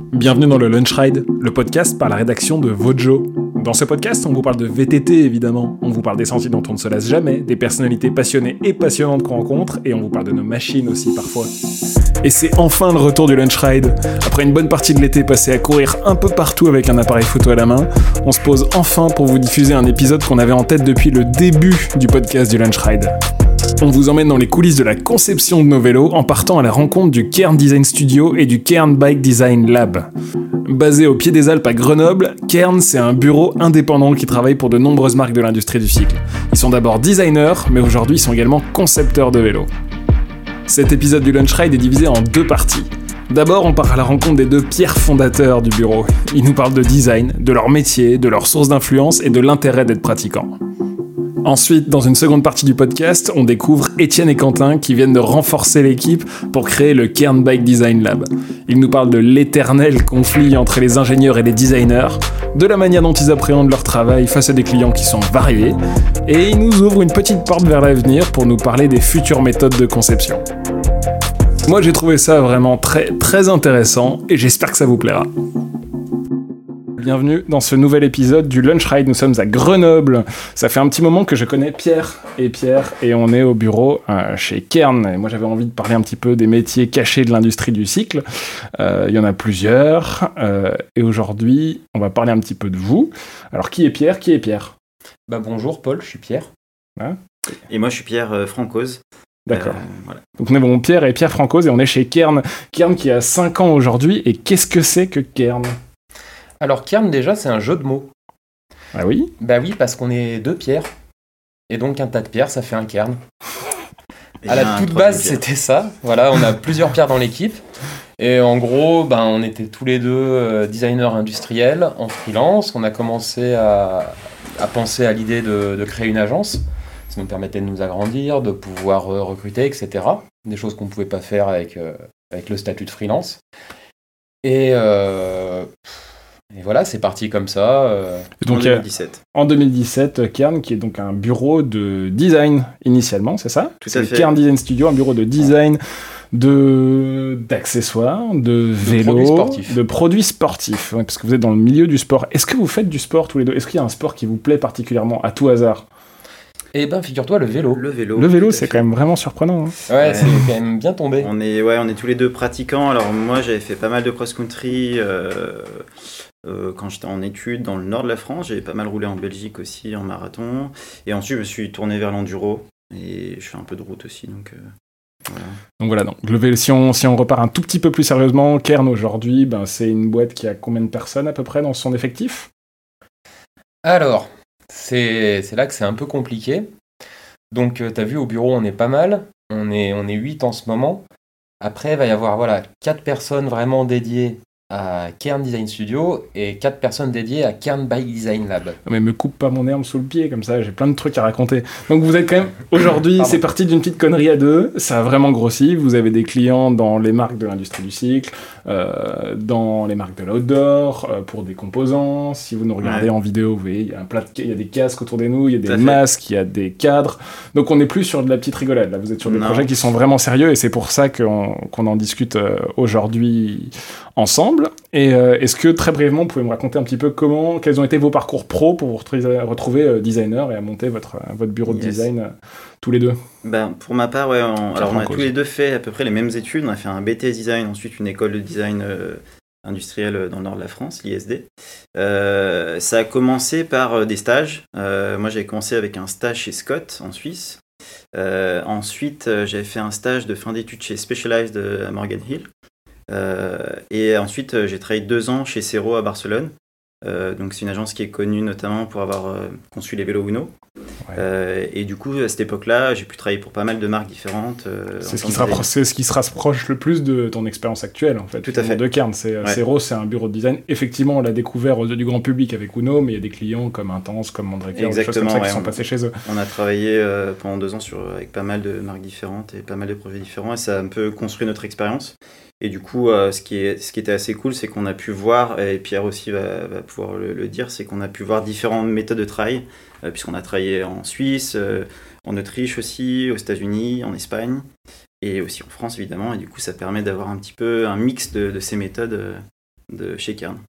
Bienvenue dans le Lunch Ride, le podcast par la rédaction de Vojo. Dans ce podcast, on vous parle de VTT évidemment, on vous parle des sentiers dont on ne se lasse jamais, des personnalités passionnées et passionnantes qu'on rencontre, et on vous parle de nos machines aussi parfois. Et c'est enfin le retour du Lunch Ride. Après une bonne partie de l'été passée à courir un peu partout avec un appareil photo à la main, on se pose enfin pour vous diffuser un épisode qu'on avait en tête depuis le début du podcast du Lunch Ride. On vous emmène dans les coulisses de la conception de nos vélos en partant à la rencontre du Cairn Design Studio et du Cairn Bike Design Lab. Basé au pied des Alpes à Grenoble, Cairn, c'est un bureau indépendant qui travaille pour de nombreuses marques de l'industrie du cycle. Ils sont d'abord designers, mais aujourd'hui ils sont également concepteurs de vélos. Cet épisode du Lunch Ride est divisé en deux parties. D'abord, on part à la rencontre des deux pierres fondateurs du bureau. Ils nous parlent de design, de leur métier, de leurs sources d'influence et de l'intérêt d'être pratiquant. Ensuite, dans une seconde partie du podcast, on découvre Étienne et Quentin qui viennent de renforcer l'équipe pour créer le Cairn Bike Design Lab. Ils nous parlent de l'éternel conflit entre les ingénieurs et les designers, de la manière dont ils appréhendent leur travail face à des clients qui sont variés, et ils nous ouvrent une petite porte vers l'avenir pour nous parler des futures méthodes de conception. Moi j'ai trouvé ça vraiment très intéressant et j'espère que ça vous plaira. Bienvenue dans ce nouvel épisode du Lunch Ride. Nous sommes à Grenoble. Ça fait un petit moment que je connais Pierre et on est au bureau chez Cairn. Et moi j'avais envie de parler un petit peu des métiers cachés de l'industrie du cycle. Il y en a plusieurs. Et aujourd'hui, on va parler un petit peu de vous. Alors qui est Pierre ? Bonjour Paul, je suis Pierre. Hein ? Et moi je suis Pierre Francoz. D'accord. Voilà. Donc nous avons Pierre et Pierre Francoz et on est chez Cairn. Cairn qui a 5 ans aujourd'hui. Et qu'est-ce que c'est que Cairn ? Alors Cairn déjà c'est un jeu de mots. Ah oui ? Bah oui, parce qu'on est deux pierres. Et donc un tas de pierres ça fait un cairn. À la toute base c'était ça. Voilà, on a plusieurs pierres dans l'équipe. Et en gros, on était tous les deux designers industriels en freelance. On a commencé à penser à l'idée de créer une agence. Ça nous permettait de nous agrandir, de pouvoir recruter, etc. Des choses qu'on ne pouvait pas faire avec le statut de freelance. Et voilà, c'est parti comme ça. Donc, en 2017, Cairn, qui est donc un bureau de design initialement, c'est ça ? Tout à fait. Cairn Design Studio, un bureau de design d'accessoires, de vélos, de produits sportifs. Ouais, parce que vous êtes dans le milieu du sport. Est-ce que vous faites du sport tous les deux ? Est-ce qu'il y a un sport qui vous plaît particulièrement à tout hasard ? Eh ben, figure-toi, le vélo. Le vélo, c'est quand même vraiment surprenant. Hein. Ouais, c'est quand même bien tombé. On est tous les deux pratiquants. Alors moi, j'avais fait pas mal de cross-country quand j'étais en études dans le nord de la France. J'avais pas mal roulé en Belgique aussi, en marathon. Et ensuite, je me suis tourné vers l'enduro. Et je fais un peu de route aussi, donc... Voilà. Donc le vélo, si on repart un tout petit peu plus sérieusement, Cairn aujourd'hui, c'est une boîte qui a combien de personnes à peu près dans son effectif ? Alors... C'est là que c'est un peu compliqué. Donc, t'as vu, au bureau, on est pas mal. On est 8 en ce moment. Après, il va y avoir 4 personnes vraiment dédiées à Cairn Design Studio et 4 personnes dédiées à Cairn Bike Design Lab. Mais me coupe pas mon herbe sous le pied, comme ça, j'ai plein de trucs à raconter. Donc vous êtes quand même, aujourd'hui, c'est parti d'une petite connerie à deux, ça a vraiment grossi, vous avez des clients dans les marques de l'industrie du cycle, dans les marques de l'outdoor, pour des composants, si vous nous regardez en vidéo, vous voyez, il y a des casques autour de nous, il y a des masques, il y a des cadres, donc on n'est plus sur de la petite rigolade, là vous êtes sur des projets qui sont vraiment sérieux, et c'est pour ça qu'on en discute aujourd'hui ensemble. Et est-ce que très brièvement, vous pouvez me raconter un petit peu quels ont été vos parcours pro pour vous retrouver designer et à monter votre bureau de design tous les deux ? Pour ma part, alors on a tous les deux fait à peu près les mêmes études. On a fait un BTS design, ensuite une école de design industriel dans le nord de la France, l'ISD. Ça a commencé par des stages. Moi, j'avais commencé avec un stage chez Scott en Suisse. Ensuite, j'avais fait un stage de fin d'études chez Specialized à Morgan Hill. Et ensuite j'ai travaillé 2 ans chez Cero à Barcelone, donc c'est une agence qui est connue notamment pour avoir conçu les vélos Uno. Et du coup à cette époque-là j'ai pu travailler pour pas mal de marques différentes. C'est ce qui se rapproche le plus de ton expérience actuelle en fait. Tout à fait. De Cairn, Cero, c'est un bureau de design. Effectivement on l'a découvert du grand public avec Uno, mais il y a des clients comme Intense, comme Mandrake, des choses comme ça qui sont passés chez eux. On a travaillé pendant 2 ans avec pas mal de marques différentes et pas mal de projets différents, et ça a un peu construit notre expérience. Et du coup, ce qui était assez cool, c'est qu'on a pu voir, et Pierre aussi va pouvoir le dire, c'est qu'on a pu voir différentes méthodes de travail, puisqu'on a travaillé en Suisse, en Autriche aussi, aux États-Unis, en Espagne, et aussi en France évidemment. Et du coup, ça permet d'avoir un petit peu un mix de ces méthodes de chez Kern.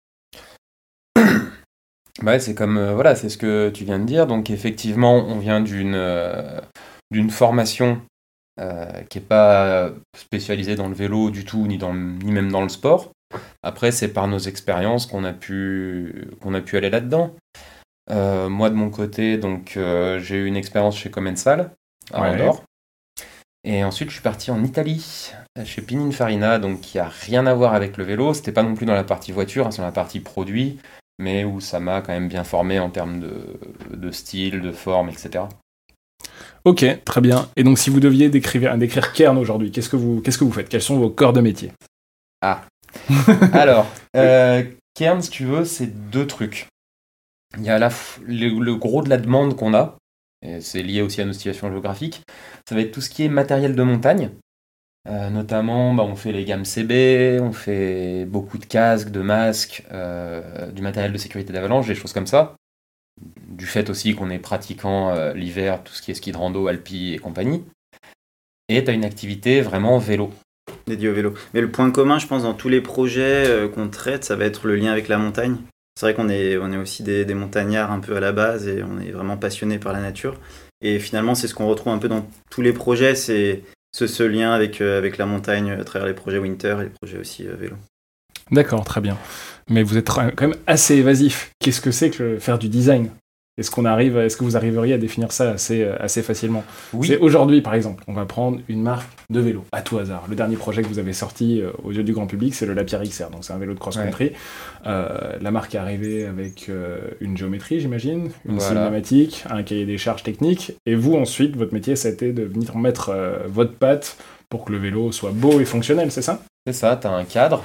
Ouais, c'est comme c'est ce que tu viens de dire. Donc effectivement, on vient d'une formation qui n'est pas spécialisée dans le vélo du tout, ni même dans le sport. Après, c'est par nos expériences qu'on a pu aller là-dedans. Moi, de mon côté, donc j'ai eu une expérience chez Commensal à Andorre. Et ensuite, je suis parti en Italie, chez Pininfarina, donc qui a rien à voir avec le vélo. C'était pas non plus dans la partie voiture, c'est dans la partie produit, mais où ça m'a quand même bien formé en termes de style, de forme, etc. Ok, très bien. Et donc, si vous deviez décrire Kern aujourd'hui, qu'est-ce que vous faites ? Quels sont vos corps de métier ? Ah. Alors, Kern, si tu veux, c'est 2 trucs. Il y a le gros de la demande qu'on a, et c'est lié aussi à nos situations géographiques. Ça va être tout ce qui est matériel de montagne. Notamment, on fait les gammes CB, on fait beaucoup de casques, de masques, du matériel de sécurité d'avalanche, des choses comme ça. Du fait aussi qu'on est pratiquant l'hiver, tout ce qui est ski de rando, alpi et compagnie. Et tu as une activité vraiment vélo. Dédié au vélo. Mais le point commun, je pense, dans tous les projets qu'on traite, ça va être le lien avec la montagne. C'est vrai qu'on est aussi des montagnards un peu à la base et on est vraiment passionnés par la nature. Et finalement, c'est ce qu'on retrouve un peu dans tous les projets, c'est ce lien avec la montagne à travers les projets winter et les projets aussi vélo. D'accord, très bien. Mais vous êtes quand même assez évasif. Qu'est-ce que c'est que faire du design ? Est-ce que vous arriveriez à définir ça assez facilement ? Oui. C'est aujourd'hui, par exemple, on va prendre une marque de vélo, à tout hasard. Le dernier projet que vous avez sorti aux yeux du grand public, c'est le Lapierre XR, donc c'est un vélo de cross-country. La marque est arrivée avec une géométrie, j'imagine, une cinématique, un cahier des charges techniques, et vous, ensuite, votre métier, ça a été de venir mettre votre patte pour que le vélo soit beau et fonctionnel, c'est ça ? C'est ça, t'as un cadre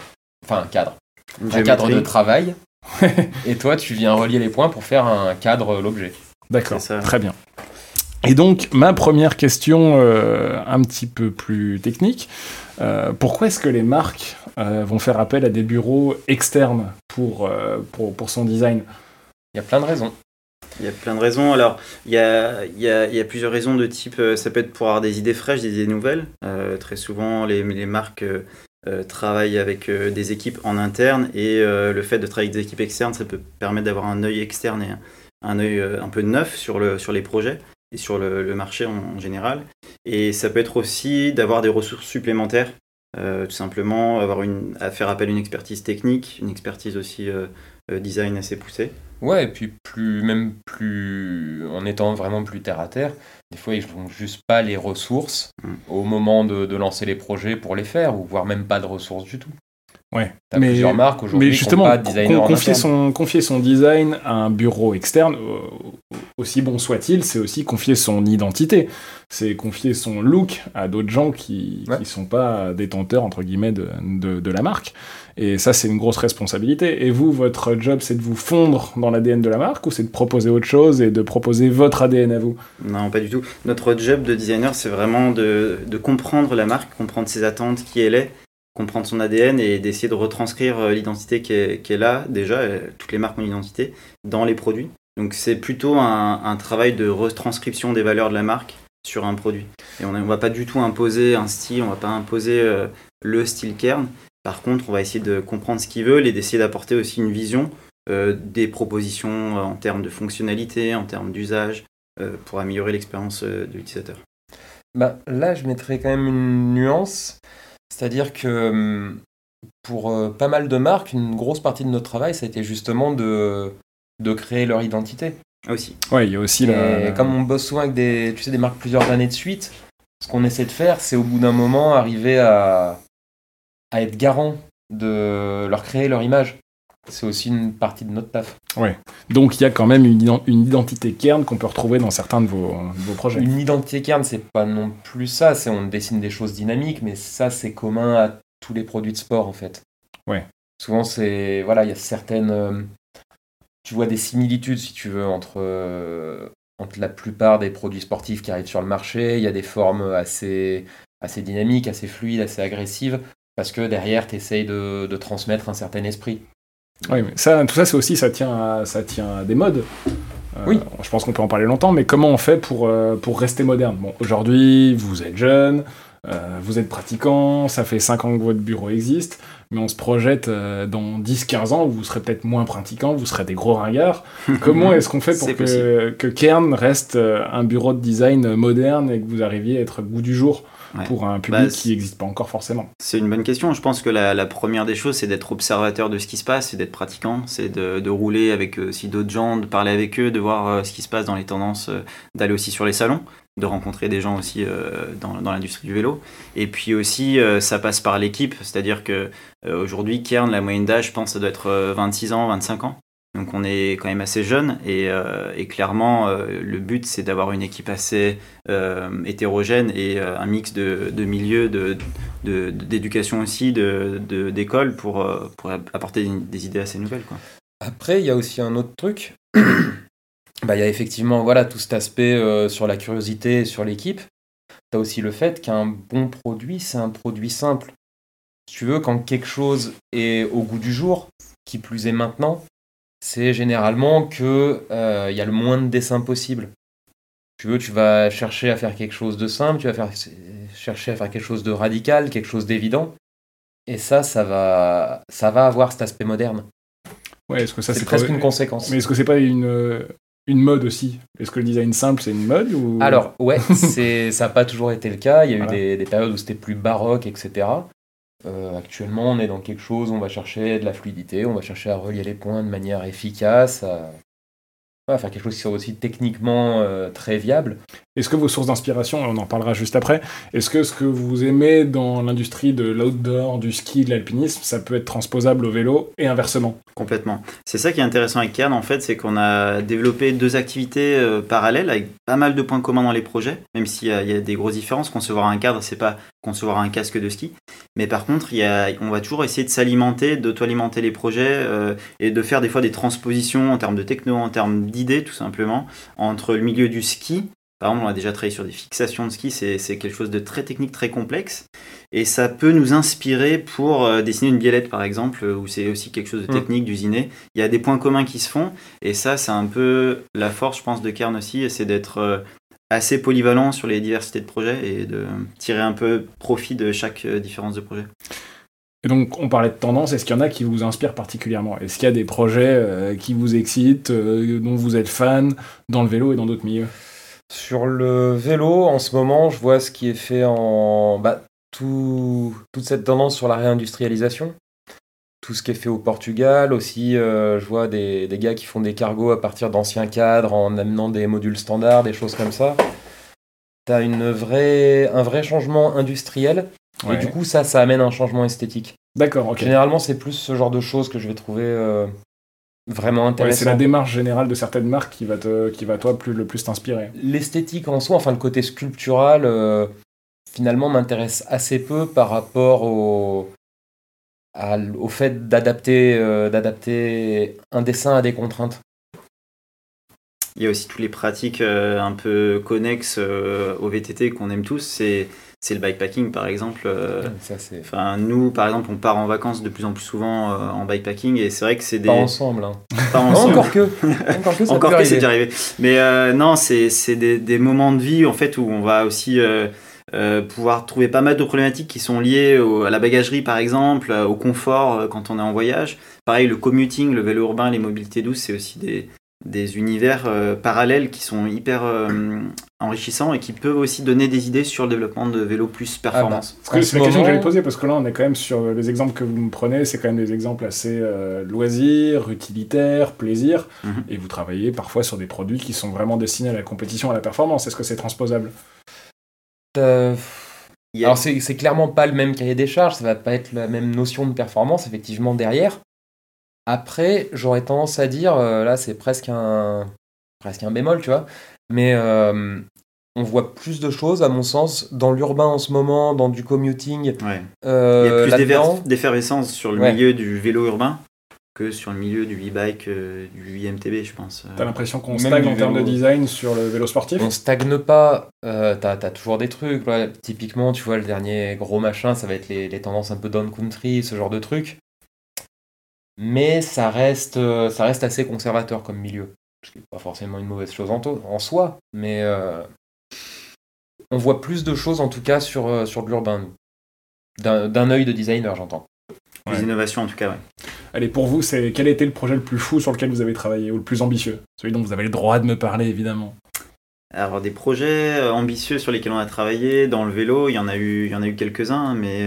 de travail. Et toi, tu viens relier les points pour faire un cadre, l'objet. D'accord, très bien. Et donc, ma première question, un petit peu plus technique, pourquoi est-ce que les marques vont faire appel à des bureaux externes pour son design ? Il y a plein de raisons. Il y a plein de raisons. Alors, il y a plusieurs raisons de type, ça peut être pour avoir des idées fraîches, des idées nouvelles. Très souvent, les marques travaillent avec des équipes en interne et le fait de travailler avec des équipes externes, ça peut permettre d'avoir un œil externe et un œil un peu neuf sur les projets et sur le marché en général. Et ça peut être aussi d'avoir des ressources supplémentaires, tout simplement à faire appel à une expertise technique, une expertise aussi design assez poussée. Ouais, et puis plus en étant vraiment plus terre à terre, des fois ils n'ont juste pas les ressources au moment de lancer les projets pour les faire, ou voire même pas de ressources du tout. Ouais. T'as plusieurs marques aujourd'hui qui n'ont pas de designer en interne. Confier son design à un bureau externe, aussi bon soit-il, c'est aussi confier son identité. C'est confier son look à d'autres gens qui sont pas détenteurs, entre guillemets, de la marque. Et ça, c'est une grosse responsabilité. Et vous, votre job, c'est de vous fondre dans l'ADN de la marque, ou c'est de proposer autre chose et de proposer votre ADN à vous ? Non, pas du tout. Notre job de designer, c'est vraiment de comprendre la marque, comprendre ses attentes, qui elle est, comprendre son ADN et d'essayer de retranscrire l'identité qui est là, déjà, toutes les marques ont une identité, dans les produits. Donc c'est plutôt un travail de retranscription des valeurs de la marque sur un produit. Et on va pas du tout imposer un style, on va pas imposer le style Kern. Par contre, on va essayer de comprendre ce qu'ils veulent et d'essayer d'apporter aussi une vision, des propositions en termes de fonctionnalité, en termes d'usage, pour améliorer l'expérience de l'utilisateur. Là, je mettrais quand même une nuance. C'est-à-dire que pour pas mal de marques, une grosse partie de notre travail, ça a été justement de créer leur identité. Aussi. Ouais, il y a aussi Comme on bosse souvent avec des marques plusieurs années de suite, ce qu'on essaie de faire, c'est au bout d'un moment arriver à être garant de leur créer leur image. C'est aussi une partie de notre taf. Ouais. Donc il y a quand même une identité Kern qu'on peut retrouver dans certains de vos projets. Une identité Kern, c'est pas non plus ça. On dessine des choses dynamiques, mais ça, c'est commun à tous les produits de sport, en fait. Ouais. Souvent, il y a certaines... tu vois des similitudes, si tu veux, entre la plupart des produits sportifs qui arrivent sur le marché. Il y a des formes assez dynamiques, assez fluides, assez agressives, parce que derrière, tu essayes de transmettre un certain esprit. Oui, mais tout ça, c'est aussi, ça tient à des modes. Oui. Je pense qu'on peut en parler longtemps, mais comment on fait pour rester moderne ? Bon, aujourd'hui, vous êtes jeune, vous êtes pratiquant, ça fait 5 ans que votre bureau existe. mais on se projette dans 10-15 ans où vous serez peut-être moins pratiquant, vous serez des gros ringards. Comment est-ce qu'on fait pour que Kern reste un bureau de design moderne et que vous arriviez à être goût du jour pour un public qui n'existe pas encore forcément? C'est une bonne question. Je pense que la première des choses, c'est d'être observateur de ce qui se passe, c'est d'être pratiquant, c'est de rouler avec aussi d'autres gens, de parler avec eux, de voir ce qui se passe dans les tendances, d'aller aussi sur les salons, de rencontrer des gens aussi dans l'industrie du vélo. Et puis aussi, ça passe par l'équipe, c'est-à-dire que aujourd'hui, Kern, la moyenne d'âge, je pense, ça doit être 26 ans, 25 ans. Donc on est quand même assez jeune et clairement le but c'est d'avoir une équipe assez hétérogène et un mix de milieux, d'éducation aussi, d'école pour apporter des idées assez nouvelles, quoi. Après il y a aussi un autre truc, il y a effectivement tout cet aspect sur la curiosité et sur l'équipe. Tu as aussi le fait qu'un bon produit c'est un produit simple. Si tu veux, quand quelque chose est au goût du jour, qui plus est maintenant, c'est généralement qu'il y a le moins de dessins possible. Tu vas chercher à faire quelque chose de simple, tu vas chercher à faire quelque chose de radical, quelque chose d'évident. Et ça va avoir cet aspect moderne. Ouais, est-ce que ça, c'est presque une conséquence. Mais est-ce que c'est pas une mode aussi? Est-ce que le design simple, c'est une mode ou... Alors, ouais, ça n'a pas toujours été le cas. Il y a eu des périodes où c'était plus baroque, etc. Actuellement, on est dans quelque chose où on va chercher de la fluidité, on va chercher à relier les points de manière efficace, à faire quelque chose qui soit aussi techniquement très viable. Est-ce que vos sources d'inspiration, on en parlera juste après, est-ce que ce que vous aimez dans l'industrie de l'outdoor, du ski, de l'alpinisme, ça peut être transposable au vélo et inversement? Complètement. C'est ça qui est intéressant avec Kern, en fait, c'est qu'on a développé 2 activités parallèles avec pas mal de points communs dans les projets, même s'il y a des grosses différences. Concevoir un cadre, c'est pas concevoir un casque de ski. Mais par contre, on va toujours essayer de s'alimenter, d'auto-alimenter les projets et de faire des fois des transpositions en termes de techno, en termes d'idées, tout simplement, entre le milieu du ski. Par exemple, on a déjà travaillé sur des fixations de ski, c'est quelque chose de très technique, très complexe. Et ça peut nous inspirer pour dessiner une biellette, par exemple, où c'est aussi quelque chose de technique, d'usiné. Il y a des points communs qui se font. Et ça, c'est un peu la force, je pense, de Kern aussi, c'est d'être assez polyvalent sur les diversités de projets et de tirer un peu profit de chaque différence de projet. Et donc, on parlait de tendance, est-ce qu'il y en a qui vous inspirent particulièrement? Est-ce qu'il y a des projets qui vous excitent, dont vous êtes fan, dans le vélo et dans d'autres milieux? Sur le vélo, en ce moment, je vois ce qui est fait toute cette tendance sur la réindustrialisation. Tout ce qui est fait au Portugal aussi, je vois des gars qui font des cargos à partir d'anciens cadres en amenant des modules standards, des choses comme ça. T'as un vrai changement industriel et du coup ça amène un changement esthétique. D'accord, ok. Généralement c'est plus ce genre de choses que je vais trouver vraiment intéressant. C'est la démarche générale de certaines marques qui va toi le plus t'inspirer. L'esthétique en soi, enfin le côté sculptural, finalement m'intéresse assez peu par rapport au fait d'adapter un dessin à des contraintes. Il y a aussi toutes les pratiques un peu connexes au VTT qu'on aime tous, c'est le bikepacking par exemple. Nous par exemple on part en vacances de plus en plus souvent en bikepacking et c'est vrai que c'est des... Pas ensemble. Pas ensemble. Encore que c'est déjà arrivé. Mais non, c'est des moments de vie en fait où on va aussi... pouvoir trouver pas mal de problématiques qui sont liées à la bagagerie par exemple, au confort quand on est en voyage. Pareil, le commuting, le vélo urbain, les mobilités douces, c'est aussi des univers parallèles qui sont hyper enrichissants et qui peuvent aussi donner des idées sur le développement de vélos plus performance. C'est la question que j'allais poser parce que là on est quand même sur les exemples que vous me prenez, c'est quand même des exemples assez loisirs, utilitaires, plaisir, et vous travaillez parfois sur des produits qui sont vraiment destinés à la compétition, à la performance. Est-ce que c'est transposable? Alors c'est clairement pas le même cahier des charges, ça va pas être la même notion de performance effectivement derrière. Après, j'aurais tendance à dire, là c'est presque un bémol, tu vois, mais on voit plus de choses, à mon sens, dans l'urbain en ce moment, dans du commuting. Ouais. Il y a plus d'effervescence sur le milieu du vélo urbain que sur le milieu du e-bike, du IMTB, je pense. T'as l'impression qu'on stagne en termes de design sur le vélo sportif? On stagne pas, t'as toujours des trucs. Là, typiquement, tu vois, le dernier gros machin, ça va être les tendances un peu down-country, ce genre de trucs. Mais ça reste assez conservateur comme milieu. Ce qui n'est pas forcément une mauvaise chose en soi, mais on voit plus de choses en tout cas sur de l'urbain. D'un œil de designer, j'entends. plus d'innovation en tout cas, ouais. Allez, pour vous, quel a été le projet le plus fou sur lequel vous avez travaillé, ou le plus ambitieux? Celui dont vous avez le droit de me parler, évidemment. Alors, des projets ambitieux sur lesquels on a travaillé, dans le vélo, il y en a eu quelques-uns, mais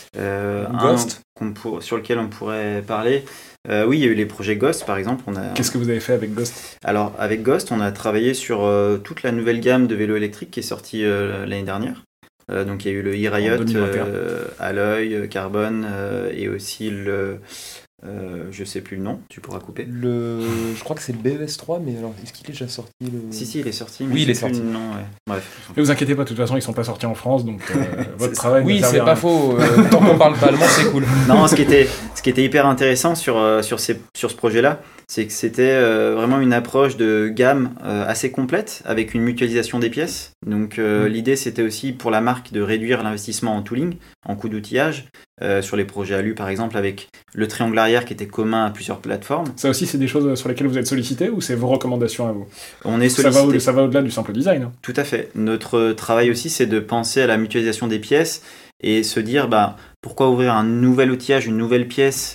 Ghost sur lequel on pourrait parler. Oui, il y a eu les projets Ghost, par exemple. Qu'est-ce que vous avez fait avec Ghost? Alors, avec Ghost, on a travaillé sur toute la nouvelle gamme de vélos électriques qui est sortie l'année dernière. Donc, il y a eu le e-Riot, Alloy, Carbone, et aussi le... je sais plus le nom, tu pourras couper. Je crois que c'est le BES3, mais alors est-ce qu'il est déjà sorti Si, il est sorti. Mais oui, il est sorti. Non, ouais. Bref. Ne vous inquiétez pas, de toute façon, ils sont pas sortis en France, donc votre travail. Oui, c'est pas faux. Tant qu'on parle pas allemand, c'est cool. Non, ce qui était hyper intéressant sur ce projet-là, c'est que c'était vraiment une approche de gamme assez complète avec une mutualisation des pièces. Donc l'idée, c'était aussi pour la marque de réduire l'investissement en tooling, en coût d'outillage, sur les projets ALU par exemple, avec le triangle arrière qui était commun à plusieurs plateformes. Ça aussi, c'est des choses sur lesquelles vous êtes sollicité ou c'est vos recommandations à vous? On est sollicité. Ça va au-delà du simple design. Hein. Tout à fait. Notre travail aussi, c'est de penser à la mutualisation des pièces et se dire pourquoi ouvrir un nouvel outillage, une nouvelle pièce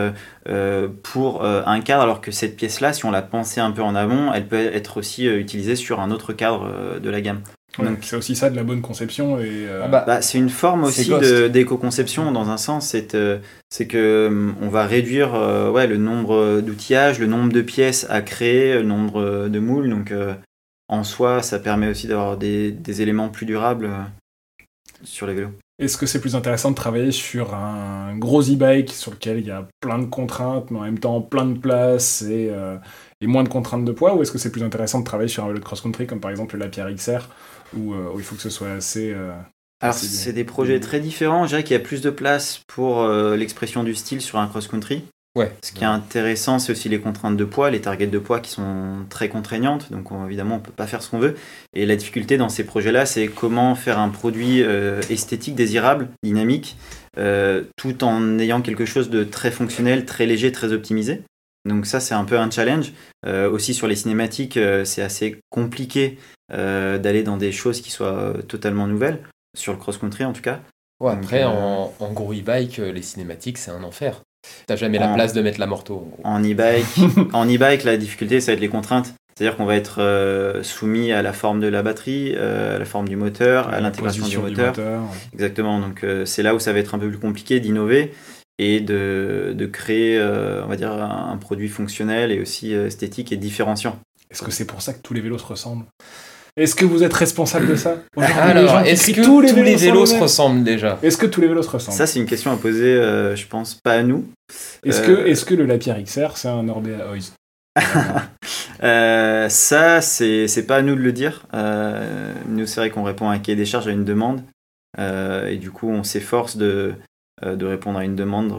pour un cadre, alors que cette pièce-là, si on l'a pensée un peu en amont, elle peut être aussi utilisée sur un autre cadre de la gamme. Ouais, donc c'est aussi ça de la bonne conception et c'est une forme aussi d'éco-conception dans un sens, c'est que on va réduire le nombre d'outillages, le nombre de pièces à créer, le nombre de moules, donc en soi ça permet aussi d'avoir des éléments plus durables sur les vélos. Est-ce que c'est plus intéressant de travailler sur un gros e-bike sur lequel il y a plein de contraintes mais en même temps plein de place et moins de contraintes de poids, ou est-ce que c'est plus intéressant de travailler sur un vélo de cross-country comme par exemple le Lapierre XR où il faut que ce soit assez... Alors c'est des projets très différents. Je dirais qu'il y a plus de place pour l'expression du style sur un cross-country. Ouais. Ce qui est intéressant, c'est aussi les contraintes de poids, les targets de poids qui sont très contraignantes. Donc évidemment, on ne peut pas faire ce qu'on veut. Et la difficulté dans ces projets-là, c'est comment faire un produit esthétique, désirable, dynamique, tout en ayant quelque chose de très fonctionnel, très léger, très optimisé. Donc ça, c'est un peu un challenge. Aussi sur les cinématiques, c'est assez compliqué d'aller dans des choses qui soient totalement nouvelles, sur le cross-country en tout cas. Ouais, après, en gros e-bike, les cinématiques, c'est un enfer. T'as jamais la place de mettre l'amorto. En e-bike, la difficulté, ça va être les contraintes. C'est-à-dire qu'on va être soumis à la forme de la batterie, à la forme du moteur, à l'intégration du moteur. Exactement, donc c'est là où ça va être un peu plus compliqué d'innover et de créer, on va dire, un produit fonctionnel et aussi esthétique et différenciant. Est-ce que c'est pour ça que tous les vélos se ressemblent ? Est-ce que vous êtes responsable de ça ? Alors, est-ce que tous les vélos se ressemblent déjà ? Est-ce que tous les vélos se ressemblent ? Ça, c'est une question à poser, je pense, pas à nous. Est-ce que le Lapierre XR, c'est un Orbea Oiz ? Ça, c'est pas à nous de le dire. Nous, c'est vrai qu'on répond à un cahier des charges, à une demande. Et du coup, on s'efforce de répondre à une demande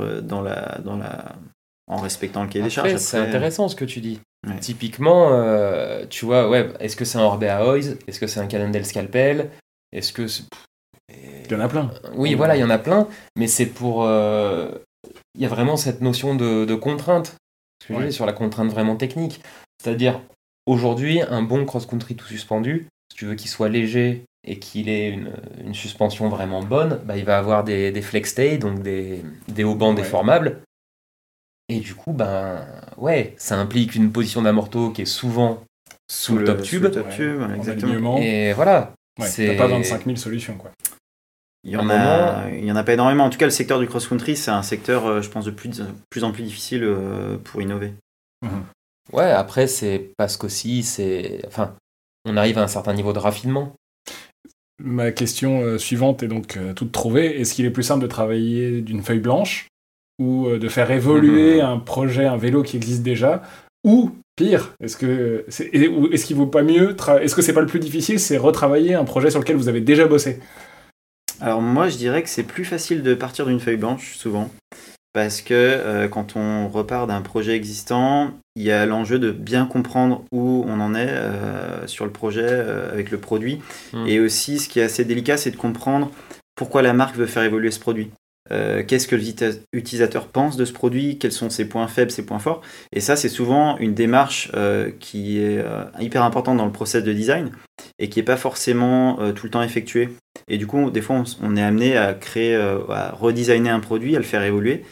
en respectant le cahier des charges. Après, c'est intéressant ce que tu dis. Ouais. Typiquement, tu vois, est-ce que c'est un Orbea Oiz ? Est-ce que c'est un Cannondale Scalpel ? Est-ce que c'est... Il y en a plein. Oui, voilà, il y en a plein, mais c'est pour... Il y a vraiment cette notion de contrainte, sur la contrainte vraiment technique. C'est-à-dire, aujourd'hui, un bon cross-country tout suspendu, si tu veux qu'il soit léger et qu'il ait une suspension vraiment bonne, il va avoir des flex stay, donc des haubans déformables. Et du coup, ça implique une position d'amorto qui est souvent sous le top tube. Exactement. Et voilà. T'as pas 25 000 solutions, quoi. Il y en a pas énormément. En tout cas, le secteur du cross-country, c'est un secteur, je pense, de plus en plus difficile pour innover. Ouais, après, c'est parce qu'aussi, on arrive à un certain niveau de raffinement. Ma question suivante est donc toute trouvée. Est-ce qu'il est plus simple de travailler d'une feuille blanche ou de faire évoluer un projet, un vélo qui existe déjà, ou pire, est-ce qu'il vaut pas mieux, est-ce que c'est pas le plus difficile, c'est retravailler un projet sur lequel vous avez déjà bossé ? Alors moi je dirais que c'est plus facile de partir d'une feuille blanche souvent, parce que quand on repart d'un projet existant, il y a l'enjeu de bien comprendre où on en est sur le projet avec le produit, et aussi ce qui est assez délicat, c'est de comprendre pourquoi la marque veut faire évoluer ce produit. Qu'est-ce que l'utilisateur pense de ce produit, quels sont ses points faibles, ses points forts, et ça c'est souvent une démarche qui est hyper importante dans le process de design et qui n'est pas forcément tout le temps effectuée, et du coup des fois on est amené à créer, à redesigner un produit, à le faire évoluer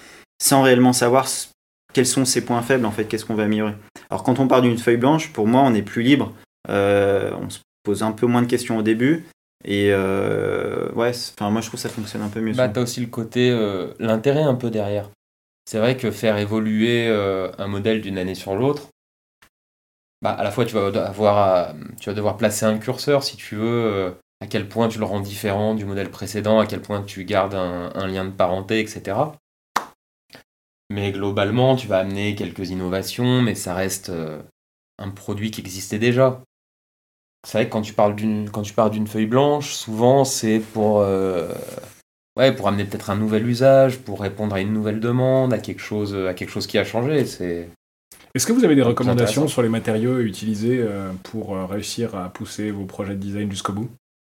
sans réellement savoir quels sont ses points faibles, en fait, qu'est-ce qu'on va améliorer. Alors quand on part d'une feuille blanche, pour moi, on est plus libre. On se pose un peu moins de questions au début. Et moi je trouve que ça fonctionne un peu mieux. T'as aussi le côté, l'intérêt un peu derrière. C'est vrai que faire évoluer un modèle d'une année sur l'autre, à la fois tu vas devoir placer un curseur si tu veux, à quel point tu le rends différent du modèle précédent, à quel point tu gardes un lien de parenté, etc. Mais globalement, tu vas amener quelques innovations, mais ça reste un produit qui existait déjà. C'est vrai que quand tu pars d'une feuille blanche, souvent c'est pour amener peut-être un nouvel usage, pour répondre à une nouvelle demande, à quelque chose qui a changé. Est-ce que vous avez des recommandations sur les matériaux utilisés pour réussir à pousser vos projets de design jusqu'au bout ?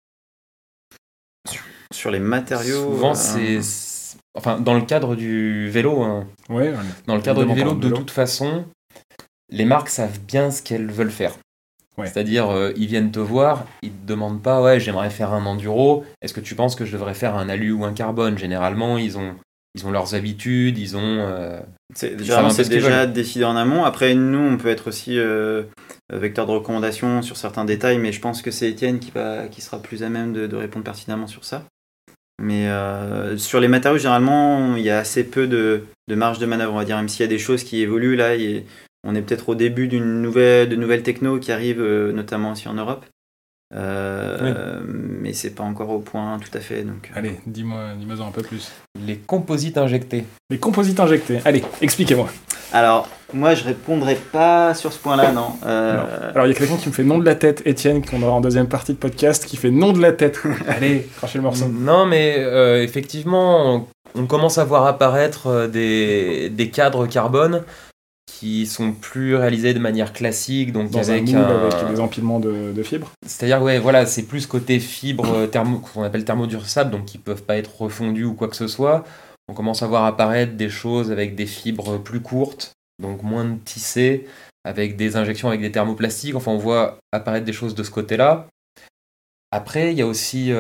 Sur les matériaux... Souvent, dans le cadre du vélo, dans le cadre du vélo, de toute façon, les marques savent bien ce qu'elles veulent faire. Ouais. C'est-à-dire, ils viennent te voir, ils te demandent pas, j'aimerais faire un enduro, est-ce que tu penses que je devrais faire un alu ou un carbone ? Généralement, ils ont leurs habitudes, c'est déjà décidé en amont. Après, nous, on peut être aussi vecteur de recommandation sur certains détails, mais je pense que c'est Étienne qui sera plus à même de répondre pertinemment sur ça. Mais sur les matériaux, généralement, il y a assez peu de marge de manœuvre, on va dire, même s'il y a des choses qui évoluent. Là, on est peut-être au début de nouvelles techno qui arrivent, notamment aussi en Europe. Mais c'est pas encore au point tout à fait. Donc, Allez, dis-moi un peu plus. Les composites injectés. Les composites injectés. Allez, expliquez-moi. Alors, moi, je répondrai pas sur ce point-là, non. Alors, il y a quelqu'un qui me fait nom de la tête, Étienne, qu'on aura en deuxième partie de podcast, qui fait nom de la tête. Allez, crachez le morceau. Non, mais effectivement, on commence à voir apparaître des cadres carbone qui sont plus réalisés de manière classique, donc avec des empilements de fibres. C'est-à-dire, c'est plus côté fibres qu'on appelle thermodursables, donc qui peuvent pas être refondus ou quoi que ce soit. On commence à voir apparaître des choses avec des fibres plus courtes, donc moins de tissés, avec des injections avec des thermoplastiques. Enfin, on voit apparaître des choses de ce côté-là. Après, il y a aussi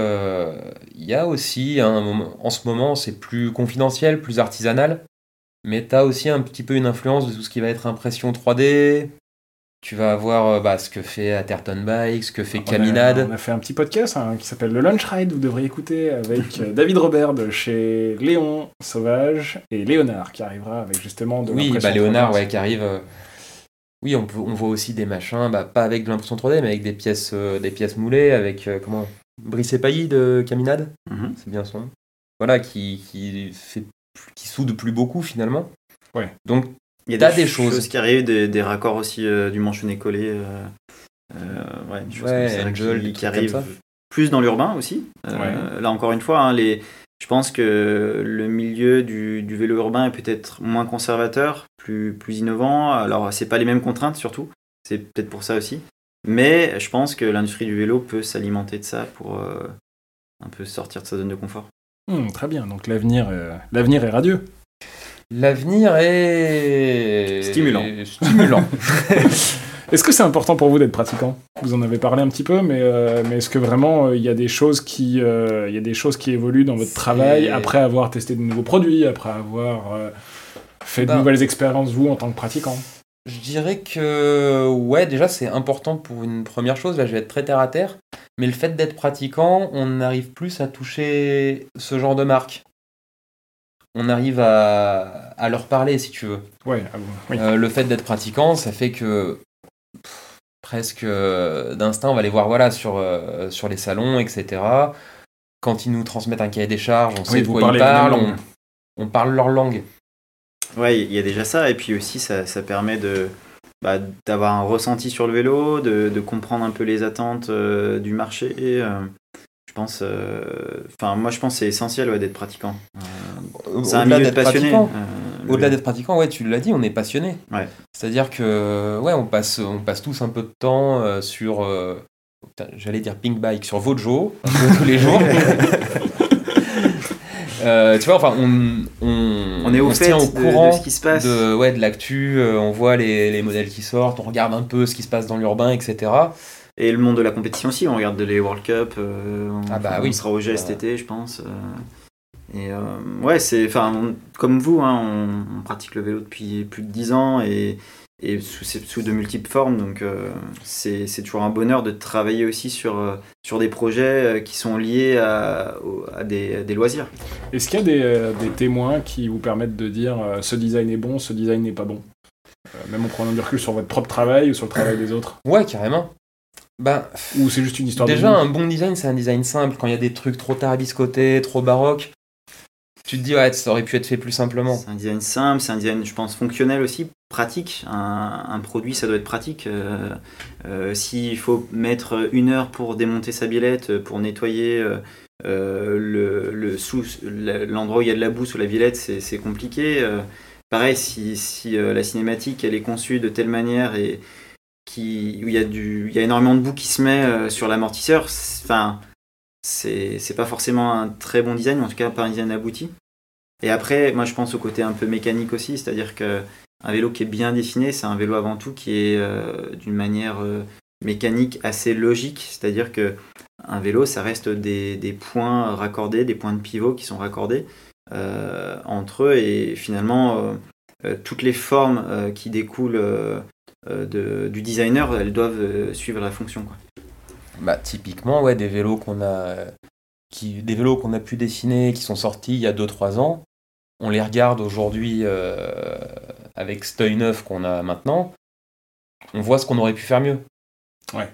en ce moment, c'est plus confidentiel, plus artisanal. Mais tu as aussi un petit peu une influence de tout ce qui va être impression 3D. Tu vas avoir ce que fait Atherton Bike, ce que fait Caminade. On a fait un petit podcast qui s'appelle le Lunch Ride, vous devriez écouter, avec David Robert de chez Léon Sauvage et Léonard qui arrivera avec justement de l'impression 3D. Léonard qui arrive. Oui, on voit aussi des machins, pas avec de l'impression 3D, mais avec des pièces moulées, avec Brice et Pailly de Caminade. Mm-hmm. C'est bien son nom. Voilà, qui soude plus beaucoup finalement. Ouais. Donc il y a des choses qui arrivent, des raccords aussi du manchonnet collé, des choses comme ça, qui arrivent plus dans l'urbain aussi. Là encore une fois, je pense que le milieu du vélo urbain est peut-être moins conservateur, plus innovant. Alors c'est pas les mêmes contraintes surtout, c'est peut-être pour ça aussi. Mais je pense que l'industrie du vélo peut s'alimenter de ça pour un peu sortir de sa zone de confort. Très bien, donc l'avenir est radieux. L'avenir est... stimulant. Est-ce que c'est important pour vous d'être pratiquant ? Vous en avez parlé un petit peu, mais est-ce que vraiment il y a des choses qui évoluent dans votre travail après avoir testé de nouveaux produits, après avoir fait de nouvelles expériences, vous, en tant que pratiquant ? Je dirais que, déjà, c'est important pour une première chose. Là, je vais être très terre à terre. Mais le fait d'être pratiquant, on arrive plus à toucher ce genre de marque. On arrive à leur parler, si tu veux. Oui. Le fait d'être pratiquant, ça fait que presque d'instinct, on va les voir sur les salons, etc. Quand ils nous transmettent un cahier des charges, on sait de quoi ils parlent, on parle leur langue. Ouais, il y a déjà ça, et puis aussi ça permet d'avoir un ressenti sur le vélo, de comprendre un peu les attentes du marché. Je pense, moi je pense que c'est essentiel d'être pratiquant. C'est un milieu de passionné. Au-delà d'être pratiquant, tu l'as dit, on est passionné. Ouais. C'est-à-dire que on passe tous un peu de temps sur, j'allais dire Pink Bike, sur Vojo, tous les jours. Tu vois, enfin, on est au fait au courant de ce qui se passe. De l'actu, on voit les modèles qui sortent, on regarde un peu ce qui se passe dans l'urbain, etc. Et le monde de la compétition aussi, on regarde les World Cup, on sera au GS cet été, je pense. Et comme vous, hein, on pratique le vélo depuis plus de 10 ans et sous de multiples formes. Donc c'est toujours un bonheur de travailler aussi sur des projets qui sont liés à des loisirs. Est-ce qu'il y a des témoins qui vous permettent de dire ce design est bon, ce design n'est pas bon, même en prenant du recul sur votre propre travail ou sur le travail des autres? Ouais, carrément. Ou c'est juste une histoire déjà, un bon design, c'est un design simple. Quand il y a des trucs trop tarabiscotés, trop baroques, tu te dis, ouais, ça aurait pu être fait plus simplement. C'est un design simple, c'est un design, je pense, fonctionnel aussi, pratique. Un produit, ça doit être pratique. S'il faut mettre 1 heure pour démonter sa biellette, pour nettoyer l'endroit où il y a de la boue sous la biellette, c'est compliqué. Pareil, si la cinématique, elle est conçue de telle manière où il y a énormément de boue qui se met sur l'amortisseur, c'est pas forcément un très bon design, en tout cas pas un design abouti. Et après, moi je pense au côté un peu mécanique aussi, c'est-à-dire qu'un vélo qui est bien dessiné, c'est un vélo avant tout qui est d'une manière mécanique assez logique, c'est-à-dire que un vélo, ça reste des points raccordés, des points de pivot qui sont raccordés entre eux, et finalement toutes les formes qui découlent du designer, elles doivent suivre la fonction, quoi. Typiquement, ouais, des vélos qu'on a pu dessiner, qui sont sortis il y a 2-3 ans, on les regarde aujourd'hui avec cet œil neuf qu'on a maintenant, on voit ce qu'on aurait pu faire mieux. Ouais.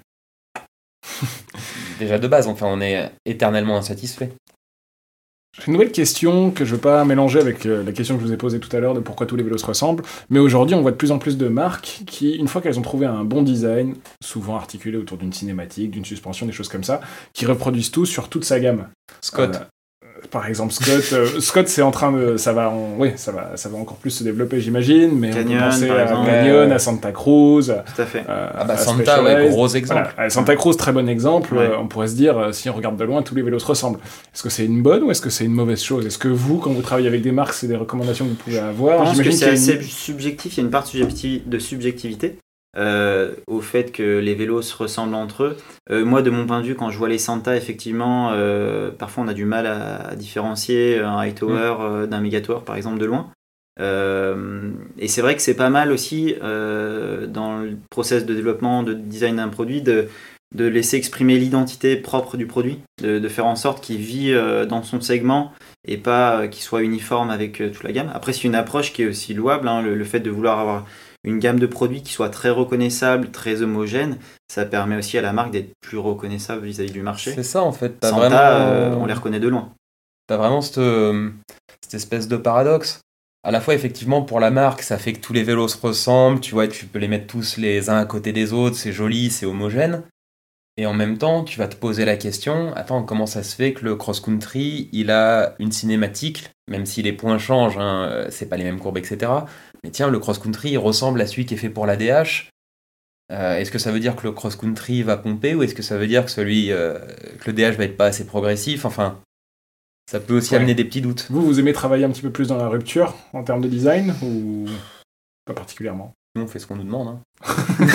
Déjà de base, enfin, on est éternellement insatisfait. J'ai une nouvelle question que je ne veux pas mélanger avec la question que je vous ai posée tout à l'heure de pourquoi tous les vélos se ressemblent, mais aujourd'hui on voit de plus en plus de marques qui, une fois qu'elles ont trouvé un bon design, souvent articulé autour d'une cinématique, d'une suspension, des choses comme ça, qui reproduisent tout sur toute sa gamme. Scott. Par exemple, Scott, c'est en train de, ça va encore plus se développer, j'imagine, mais Canyon, on peut penser à exemple. Canyon, à Santa Cruz. Tout à fait. Santa, ouais, gros exemple. Voilà, Santa Cruz, très bon exemple. Ouais. On pourrait se dire, si on regarde de loin, tous les vélos se ressemblent. Est-ce que c'est une bonne ou est-ce que c'est une mauvaise chose? Est-ce que vous, quand vous travaillez avec des marques, c'est des recommandations que vous pouvez avoir? Je pense que c'est assez subjectif, il y a une part de subjectivité. Au fait que les vélos se ressemblent entre eux. Moi, de mon point de vue, quand je vois les Santa, effectivement, parfois on a du mal à différencier un Hightower d'un Megatower, par exemple, de loin. Et c'est vrai que c'est pas mal aussi dans le process de développement, de design d'un produit, de laisser exprimer l'identité propre du produit, de faire en sorte qu'il vit dans son segment et pas qu'il soit uniforme avec toute la gamme. Après, c'est une approche qui est aussi louable, hein, le fait de vouloir avoir une gamme de produits qui soit très reconnaissable, très homogène, ça permet aussi à la marque d'être plus reconnaissable vis-à-vis du marché. C'est ça en fait. Santa, on les reconnaît de loin. T'as vraiment cette espèce de paradoxe. À la fois, effectivement, pour la marque, ça fait que tous les vélos se ressemblent, tu vois, tu peux les mettre tous les uns à côté des autres, c'est joli, c'est homogène. Et en même temps, tu vas te poser la question, attends, comment ça se fait que le cross-country, il a une cinématique, même si les points changent, hein, c'est pas les mêmes courbes, etc. Mais tiens, le cross-country, il ressemble à celui qui est fait pour la DH. Est-ce que ça veut dire que le cross-country va pomper, ou est-ce que ça veut dire que que le DH va être pas assez progressif? Enfin, ça peut aussi amener des petits doutes. Vous aimez travailler un petit peu plus dans la rupture en termes de design, ou pas particulièrement? Nous, on fait ce qu'on nous demande. Hein.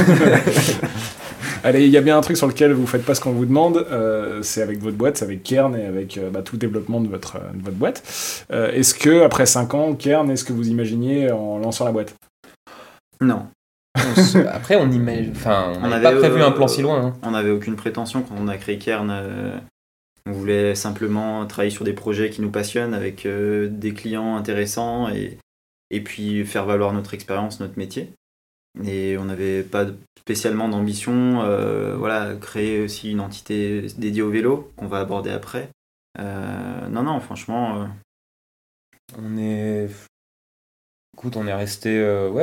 Allez, il y a bien un truc sur lequel vous faites pas ce qu'on vous demande, c'est avec votre boîte, c'est avec Cairn et avec tout le développement de votre boîte. Est-ce que après 5 ans, Cairn, est-ce que vous imaginiez en lançant la boîte? Non. Après, on n'avait pas prévu un plan si loin. Hein. On n'avait aucune prétention quand on a créé Cairn. On voulait simplement travailler sur des projets qui nous passionnent avec des clients intéressants et puis faire valoir notre expérience, notre métier. Et on n'avait pas spécialement d'ambition, créer aussi une entité dédiée au vélo qu'on va aborder après. Non, franchement. On est resté.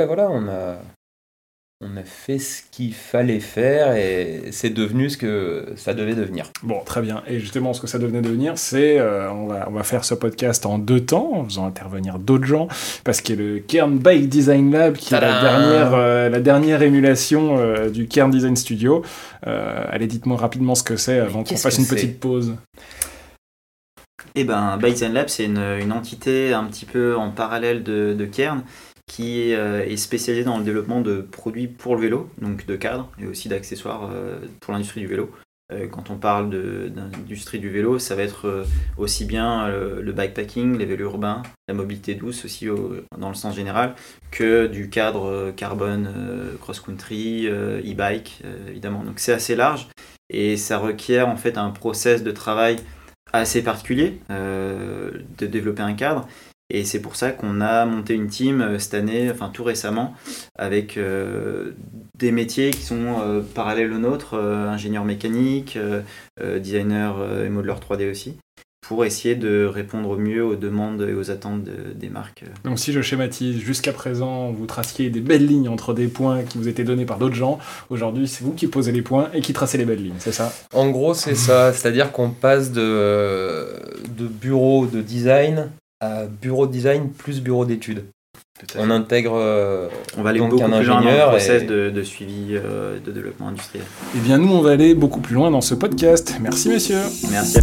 On a fait ce qu'il fallait faire et c'est devenu ce que ça devait devenir. Bon, très bien. Et justement, ce que ça devenait devenir, c'est... on va faire ce podcast en 2 temps, en faisant intervenir d'autres gens, parce qu'il y a le Cairn Bike Design Lab, qui est la dernière émulation du Cairn Design Studio. Allez, dites-moi rapidement ce que c'est avant qu'on fasse une petite pause. Eh ben, Bike Design Lab, c'est une entité un petit peu en parallèle de Cairn, qui est spécialisé dans le développement de produits pour le vélo, donc de cadres et aussi d'accessoires pour l'industrie du vélo. Quand on parle d'industrie du vélo, ça va être aussi bien le bikepacking, les vélos urbains, la mobilité douce aussi dans le sens général, que du cadre carbone, cross-country, e-bike, évidemment. Donc c'est assez large et ça requiert en fait un process de travail assez particulier de développer un cadre. Et c'est pour ça qu'on a monté une team cette année, enfin tout récemment, avec des métiers qui sont parallèles aux nôtres, ingénieur mécanique, designer et modeleur 3D aussi, pour essayer de répondre au mieux aux demandes et aux attentes des marques. Donc si je schématise, jusqu'à présent, vous traciez des belles lignes entre des points qui vous étaient donnés par d'autres gens. Aujourd'hui, c'est vous qui posez les points et qui tracez les belles lignes, c'est ça ? En gros, c'est ça. C'est-à-dire qu'on passe de bureau de design à bureau de design plus bureau d'études. On intègre on va aller donc beaucoup un plus loin ingénieur dans le process de suivi de développement industriel. Eh bien, nous, on va aller beaucoup plus loin dans ce podcast. Merci, messieurs. Merci.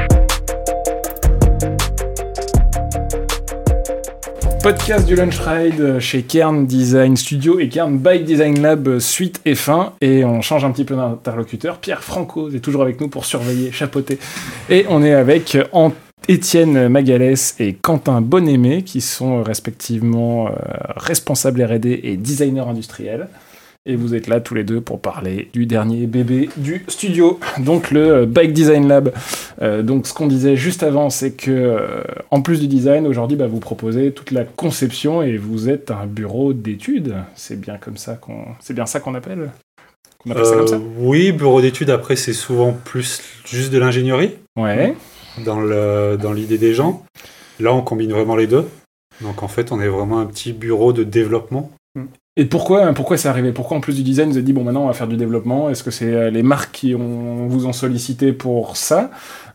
Podcast du Lunch Ride chez Kern Design Studio et Kern Bike Design Lab suite et fin. Et on change un petit peu d'interlocuteur. Pierre Franco est toujours avec nous pour surveiller, chapeauter. Et on est avec Étienne Magalès et Quentin Bonnaimé, qui sont respectivement responsables R&D et designers industriels. Et vous êtes là tous les deux pour parler du dernier bébé du studio, donc le Bike Design Lab. Donc ce qu'on disait juste avant, c'est que en plus du design, aujourd'hui, vous proposez toute la conception et vous êtes un bureau d'études. C'est bien ça qu'on appelle. On appelle ça comme ça ? Oui, bureau d'études. Après, c'est souvent plus juste de l'ingénierie. Ouais. Dans l'idée des gens. Là, on combine vraiment les deux. Donc en fait, on est vraiment un petit bureau de développement. Et pourquoi c'est arrivé ? Pourquoi en plus du design, vous avez dit, bon maintenant on va faire du développement ? Est-ce que c'est les marques qui vous ont sollicité pour ça ?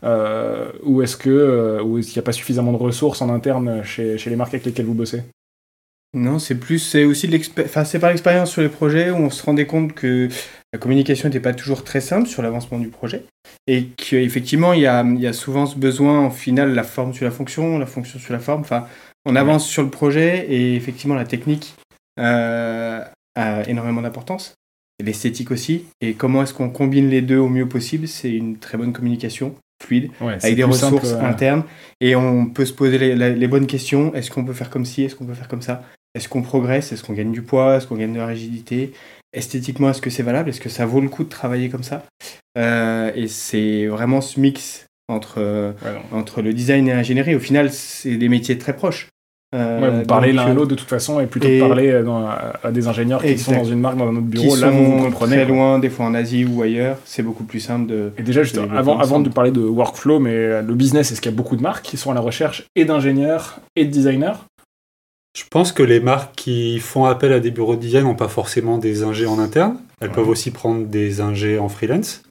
Ou est-ce qu'il n'y a pas suffisamment de ressources en interne chez les marques avec lesquelles vous bossez ? Non, c'est aussi c'est par l'expérience sur les projets où on se rendait compte que la communication n'était pas toujours très simple sur l'avancement du projet et qu'effectivement il y a souvent ce besoin, au final, la forme sur la fonction sur la forme. Enfin, on avance sur le projet et effectivement la technique a énormément d'importance. Et l'esthétique aussi. Et comment est-ce qu'on combine les deux au mieux possible ? C'est une très bonne communication fluide, avec des ressources internes. Et on peut se poser les bonnes questions. Est-ce qu'on peut faire comme ci ? Est-ce qu'on peut faire comme ça ? Est-ce qu'on progresse ? Est-ce qu'on gagne du poids ? Est-ce qu'on gagne de la rigidité ? Esthétiquement, est-ce que c'est valable ? Est-ce que ça vaut le coup de travailler comme ça ? Et c'est vraiment ce mix entre le design et l'ingénierie. Au final, c'est des métiers très proches. Vous parlez l'un à l'autre de toute façon, et plutôt de parler à des ingénieurs qui sont dans une marque, dans un autre bureau, là vous comprenez. Très loin, des fois en Asie ou ailleurs, c'est beaucoup plus simple de... Et déjà, avant de parler de workflow, mais le business, est-ce qu'il y a beaucoup de marques qui sont à la recherche et d'ingénieurs et de designers ? Je pense que les marques qui font appel à des bureaux de design n'ont pas forcément des ingés en interne. Elles peuvent aussi prendre des ingés en freelance.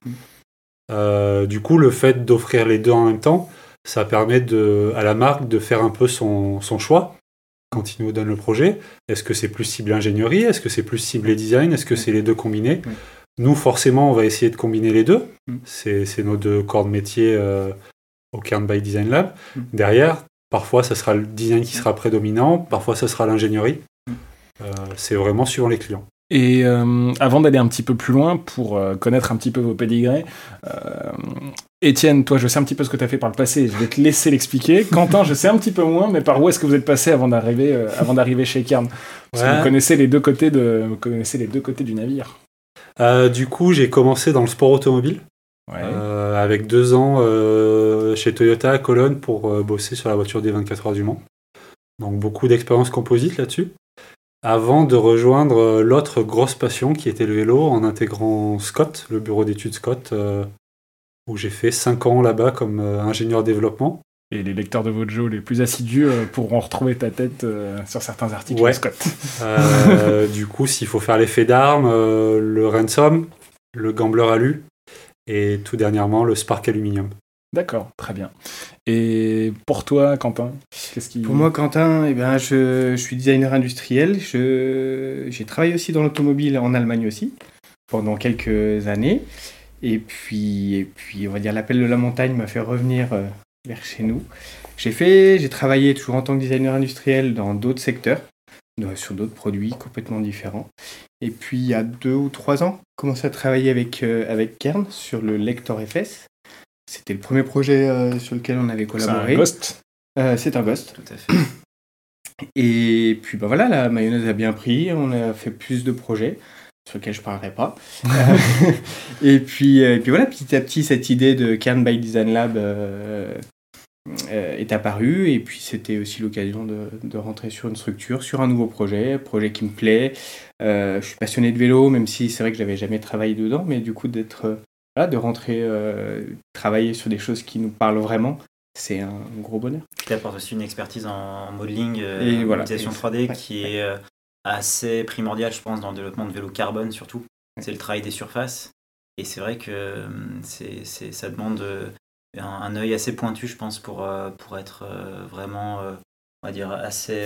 Du coup, le fait d'offrir les deux en même temps, ça permet à la marque de faire un peu son choix quand il nous donne le projet. Est-ce que c'est plus ciblé ingénierie ? Est-ce que c'est plus ciblé design ? Est-ce que c'est les deux combinés ? Nous, forcément, on va essayer de combiner les deux. C'est nos deux corps de métier au Kern Bike Design Lab. Derrière, parfois, ça sera le design qui sera prédominant. Parfois, ça sera l'ingénierie. C'est vraiment suivant les clients. Et avant d'aller un petit peu plus loin, pour connaître un petit peu vos pédigrés, Étienne, toi, je sais un petit peu ce que tu as fait par le passé, je vais te laisser l'expliquer. Quentin, je sais un petit peu moins, mais par où est-ce que vous êtes passé avant d'arriver chez Kern ? Parce que vous connaissez les deux côtés du navire. Du coup, j'ai commencé dans le sport automobile, avec 2 ans chez Toyota à Cologne pour bosser sur la voiture des 24 heures du Mans. Donc beaucoup d'expérience composite là-dessus. Avant de rejoindre l'autre grosse passion qui était le vélo, en intégrant Scott, le bureau d'études Scott, où j'ai fait 5 ans là-bas comme ingénieur développement. Et les lecteurs de Vojo les plus assidus pourront retrouver ta tête sur certains articles de Scott. Du coup, s'il faut faire l'effet d'armes, le ransom, le gambler alu, et tout dernièrement, le Spark Aluminium. D'accord, très bien. Et pour toi, Quentin, Pour moi, Quentin, je suis designer industriel. J'ai travaillé aussi dans l'automobile en Allemagne aussi, pendant quelques années. Et puis, on va dire, l'appel de la montagne m'a fait revenir vers chez nous. J'ai travaillé toujours en tant que designer industriel dans d'autres secteurs, sur d'autres produits complètement différents. Et puis il y a 2 ou 3 ans, j'ai commencé à travailler avec Kern sur le lecteur FS. C'était le premier projet sur lequel on avait collaboré. C'est un Ghost. C'est un Ghost. Tout à fait. Et puis voilà, la mayonnaise a bien pris, on a fait plus de projets sur lesquels je ne parlerai pas. et puis voilà, petit à petit, cette idée de Kern by Design Lab est apparue. Et puis c'était aussi l'occasion de rentrer sur une structure, sur un nouveau projet qui me plaît. Je suis passionné de vélo, même si c'est vrai que je n'avais jamais travaillé dedans, mais du coup de rentrer, travailler sur des choses qui nous parlent vraiment, c'est un gros bonheur. Tu apportes aussi une expertise en modeling, modélisation 3D qui est assez primordiale, je pense, dans le développement de vélo carbone surtout. C'est le travail des surfaces. Et c'est vrai que ça demande un œil assez pointu, je pense, pour être vraiment, on va dire, assez...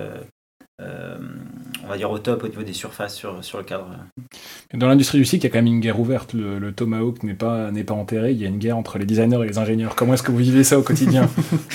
on va dire au top au niveau des surfaces sur le cadre. Dans l'industrie du cycle, il y a quand même une guerre ouverte. Le Tomahawk n'est pas enterré. Il y a une guerre entre les designers et les ingénieurs. Comment est-ce que vous vivez ça au quotidien ?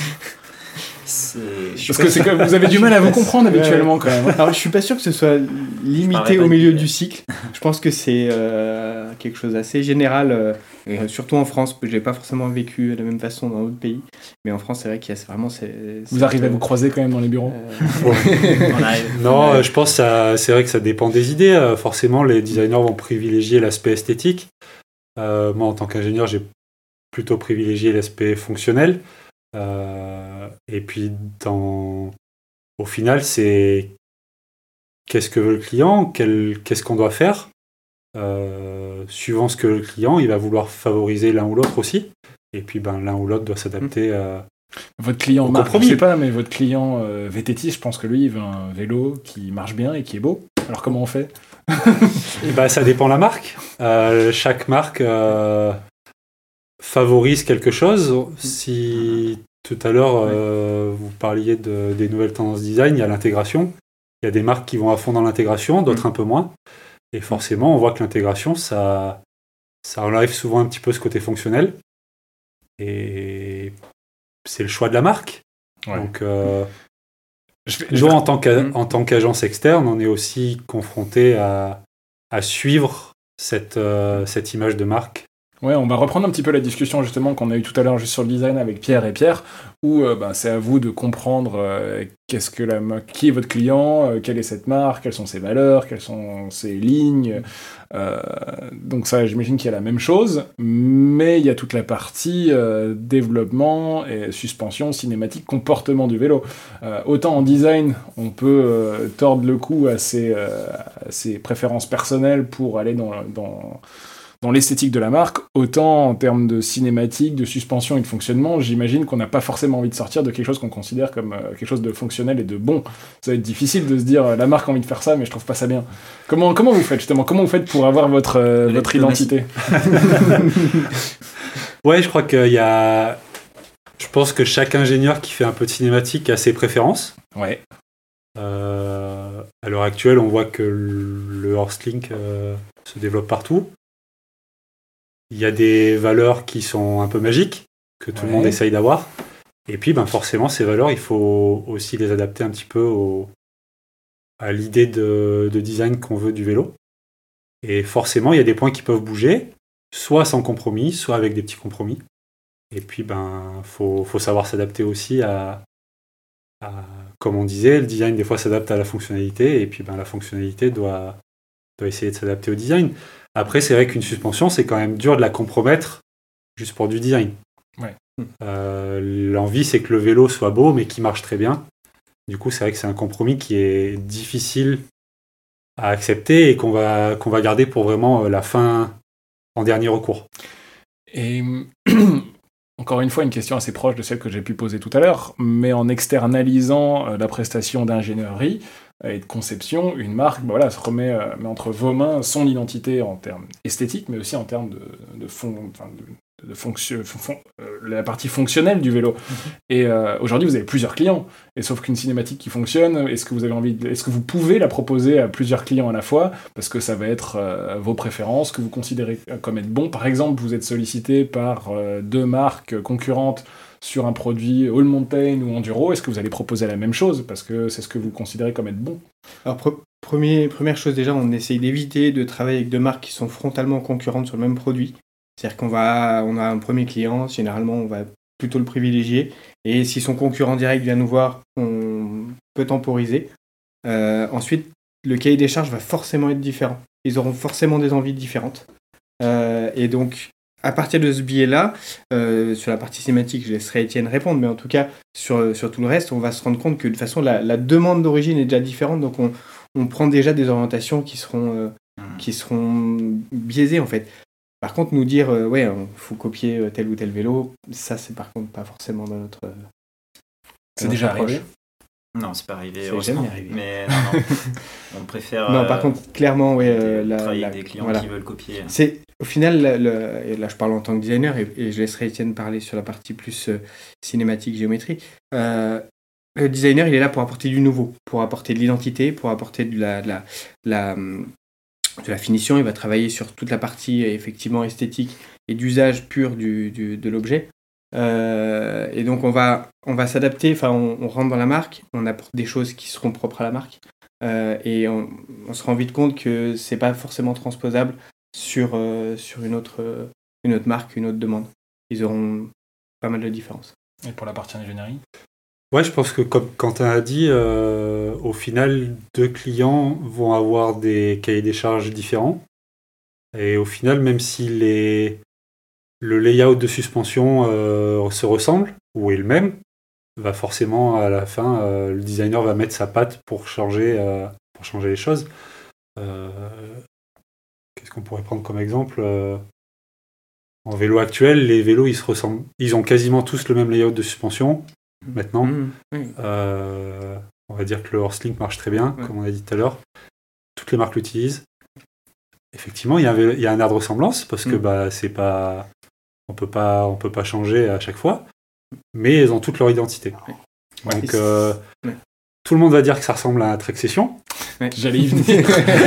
Parce que c'est vous avez du mal à vous comprendre habituellement quand même. Alors je suis pas sûr que ce soit limité au milieu du cycle. Je pense que c'est quelque chose d'assez général, surtout en France. Je l'ai pas forcément vécu de la même façon dans d'autres pays, mais en France c'est vrai qu'il y a vraiment vous arrivez à vous croiser quand même dans les bureaux. Non, je pense que c'est vrai que ça dépend des idées. Forcément, les designers vont privilégier l'aspect esthétique. Moi, en tant qu'ingénieur, j'ai plutôt privilégié l'aspect fonctionnel. Et puis au final c'est qu'est-ce que veut le client, qu'est-ce qu'on doit faire, suivant ce que le client il va vouloir favoriser l'un ou l'autre aussi, et puis l'un ou l'autre doit s'adapter votre client je sais pas, mais votre client VTT, je pense que lui il veut un vélo qui marche bien et qui est beau. Alors comment on fait? Ça dépend de la marque. Chaque marque favorise quelque chose. Si tout à l'heure vous parliez des nouvelles tendances design, il y a l'intégration. Il y a des marques qui vont à fond dans l'intégration, d'autres un peu moins. Et forcément, on voit que l'intégration, ça enlève souvent un petit peu ce côté fonctionnel. Et c'est le choix de la marque. Ouais. Donc, nous, en tant qu'agence externe, on est aussi confronté à suivre cette image de marque. Ouais, on va reprendre un petit peu la discussion justement qu'on a eue tout à l'heure juste sur le design avec Pierre et Pierre, où c'est à vous de comprendre qui est votre client, quelle est cette marque, quelles sont ses valeurs, quelles sont ses lignes. Donc ça, j'imagine qu'il y a la même chose, mais il y a toute la partie développement, et suspension, cinématique, comportement du vélo. Autant en design, on peut tordre le cou à ses préférences personnelles pour aller dans l'esthétique de la marque, autant en termes de cinématique, de suspension et de fonctionnement, j'imagine qu'on n'a pas forcément envie de sortir de quelque chose qu'on considère comme quelque chose de fonctionnel et de bon. Ça va être difficile de se dire, la marque a envie de faire ça, mais je trouve pas ça bien. Comment vous faites justement ? Comment vous faites pour avoir votre identité ? Ouais, je crois qu'il y a... Je pense que chaque ingénieur qui fait un peu de cinématique a ses préférences. Ouais. À l'heure actuelle, on voit que le Horstlink se développe partout. Il y a des valeurs qui sont un peu magiques, que tout le monde essaye d'avoir. Et puis, forcément, ces valeurs, il faut aussi les adapter un petit peu à l'idée de design qu'on veut du vélo. Et forcément, il y a des points qui peuvent bouger, soit sans compromis, soit avec des petits compromis. Et puis, faut savoir s'adapter aussi à comme on disait, le design, des fois, s'adapte à la fonctionnalité. Et puis, la fonctionnalité doit essayer de s'adapter au design. Après, c'est vrai qu'une suspension, c'est quand même dur de la compromettre juste pour du design. Ouais. L'envie, c'est que le vélo soit beau, mais qu'il marche très bien. Du coup, c'est vrai que c'est un compromis qui est difficile à accepter et qu'on va garder pour vraiment la fin en dernier recours. Et encore une fois, une question assez proche de celle que j'ai pu poser tout à l'heure, mais en externalisant la prestation d'ingénierie et de conception, une marque se remet met entre vos mains son identité en termes esthétiques, mais aussi en termes de la partie fonctionnelle du vélo. Et aujourd'hui, vous avez plusieurs clients. Et sauf qu'une cinématique qui fonctionne, est-ce que vous pouvez la proposer à plusieurs clients à la fois, parce que ça va être vos préférences, que vous considérez comme être bon. Par exemple, vous êtes sollicité par 2 marques concurrentes sur un produit All Mountain ou Enduro. Est-ce que vous allez proposer la même chose, parce que c'est ce que vous considérez comme être bon? Alors, première chose, déjà, on essaye d'éviter de travailler avec 2 marques qui sont frontalement concurrentes sur le même produit. C'est-à-dire on a un premier client, généralement, on va plutôt le privilégier. Et si son concurrent direct vient nous voir, on peut temporiser. Ensuite, le cahier des charges va forcément être différent. Ils auront forcément des envies différentes. Et donc, à partir de ce biais-là, sur la partie cinématique, je laisserai Étienne répondre, mais en tout cas, sur tout le reste, on va se rendre compte que de toute façon, la demande d'origine est déjà différente. Donc, on prend déjà des orientations qui seront biaisées, en fait. Par contre, nous dire, il faut copier tel ou tel vélo, ça, c'est par contre pas forcément dans notre c'est déjà arrivé. Non, c'est pas arrivé. C'est jamais arrivé. Mais non. On préfère. Non, par contre, clairement, travailler avec des clients qui veulent copier. C'est au final, et là, je parle en tant que designer, et je laisserai Étienne parler sur la partie plus cinématique, géométrie. Le designer, il est là pour apporter du nouveau, pour apporter de l'identité, pour apporter de la finition. Il va travailler sur toute la partie effectivement esthétique et d'usage pur de l'objet. Et donc on va s'adapter, on rentre dans la marque, on apporte des choses qui seront propres à la marque, et on se rend vite compte que c'est pas forcément transposable sur une autre marque, une autre demande. Ils auront pas mal de différences. Et pour la partie ingénierie ? Ouais, je pense que comme Quentin a dit, au final, 2 clients vont avoir des cahiers des charges différents. Et au final, même si le layout de suspension se ressemble, ou est le même, va forcément, à la fin, le designer va mettre sa patte pour changer les choses. Qu'est-ce qu'on pourrait prendre comme exemple ? En vélo actuel, les vélos, ils se ressemblent. Ils ont quasiment tous le même layout de suspension. Maintenant, on va dire que le Horselink marche très bien, comme on a dit tout à l'heure. Toutes les marques l'utilisent. Effectivement, il y a un air de ressemblance parce que c'est pas, on peut pas changer à chaque fois, mais elles ont toutes leur identité. Donc tout le monde va dire que ça ressemble à un Trek Session. J'allais y venir.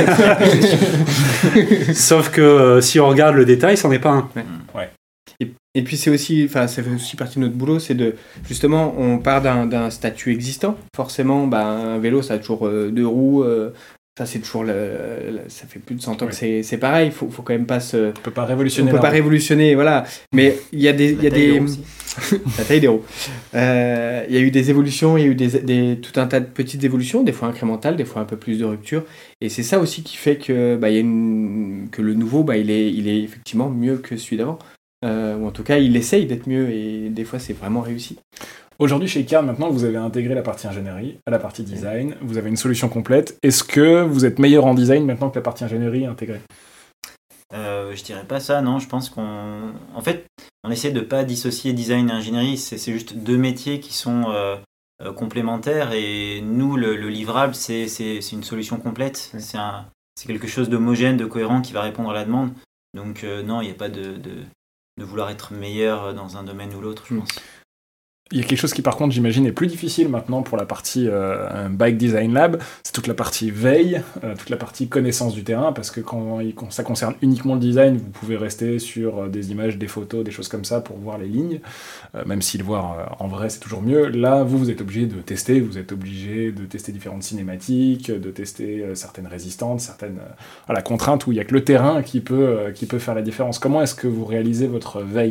Sauf que si on regarde le détail, c'en est pas un. Et puis c'est aussi, ça fait aussi partie de notre boulot, c'est justement, on part d'un statut existant. Forcément, un vélo, ça a toujours 2 roues. C'est toujours ça fait plus de 100 ans que c'est pareil. Faut quand même pas se. On peut pas révolutionner. On peut pas révolutionner, voilà. Mais il y a des la taille des roues. Il y a eu des évolutions, il y a eu tout un tas de petites évolutions, des fois incrémentales, des fois un peu plus de rupture. Et c'est ça aussi qui fait que que le nouveau, il est effectivement mieux que celui d'avant. Ou en tout cas, il essaye d'être mieux et des fois, c'est vraiment réussi. Aujourd'hui, chez Icare, maintenant, vous avez intégré la partie ingénierie à la partie design. Vous avez une solution complète. Est-ce que vous êtes meilleur en design maintenant que la partie ingénierie est intégrée ? Je dirais pas ça, non. Je pense en fait, on essaie de pas dissocier design et ingénierie. C'est juste 2 métiers qui sont complémentaires. Et nous, le livrable, c'est une solution complète. C'est quelque chose d'homogène, de cohérent qui va répondre à la demande. Donc non, il n'y a pas de vouloir être meilleur dans un domaine ou l'autre, je pense. Il y a quelque chose qui, par contre, j'imagine, est plus difficile maintenant pour la partie Bike Design Lab, c'est toute la partie veille, toute la partie connaissance du terrain, parce que quand ça concerne uniquement le design, vous pouvez rester sur des images, des photos, des choses comme ça pour voir les lignes, même si le voir en vrai, c'est toujours mieux. Là, vous êtes obligé de tester, différentes cinématiques, de tester certaines résistantes, certaines contraintes où il n'y a que le terrain qui peut faire la différence. Comment est-ce que vous réalisez votre veille ?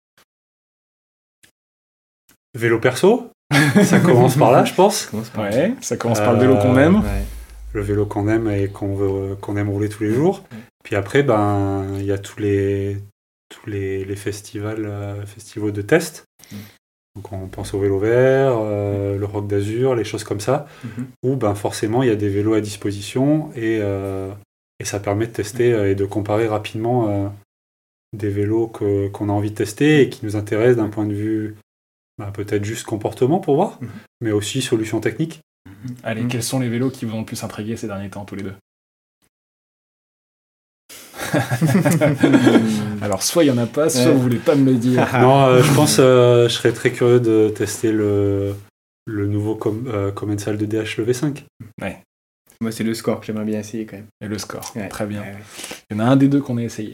Vélo perso, ça commence par là, je pense. Ça commence par le vélo qu'on aime. Ouais. Le vélo qu'on aime et qu'on aime rouler tous les jours. Puis après, il y a tous les festivals de test. Donc on pense au vélo vert, le Rock d'Azur, les choses comme ça, où forcément il y a des vélos à disposition et ça permet de tester et de comparer rapidement des vélos qu'on a envie de tester et qui nous intéressent d'un point de vue peut-être juste comportement pour voir, mais aussi solution technique. Allez, quels sont les vélos qui vous ont le plus intrigué ces derniers temps, tous les deux ? Alors, soit il n'y en a pas, soit vous voulez pas me le dire. Non, je pense je serais très curieux de tester le nouveau commensal de DH le V5. Ouais. Moi, c'est le score que j'aimerais bien essayer quand même. Et le score, Ouais. très bien. Ouais. Il y en a un des deux qu'on a essayé.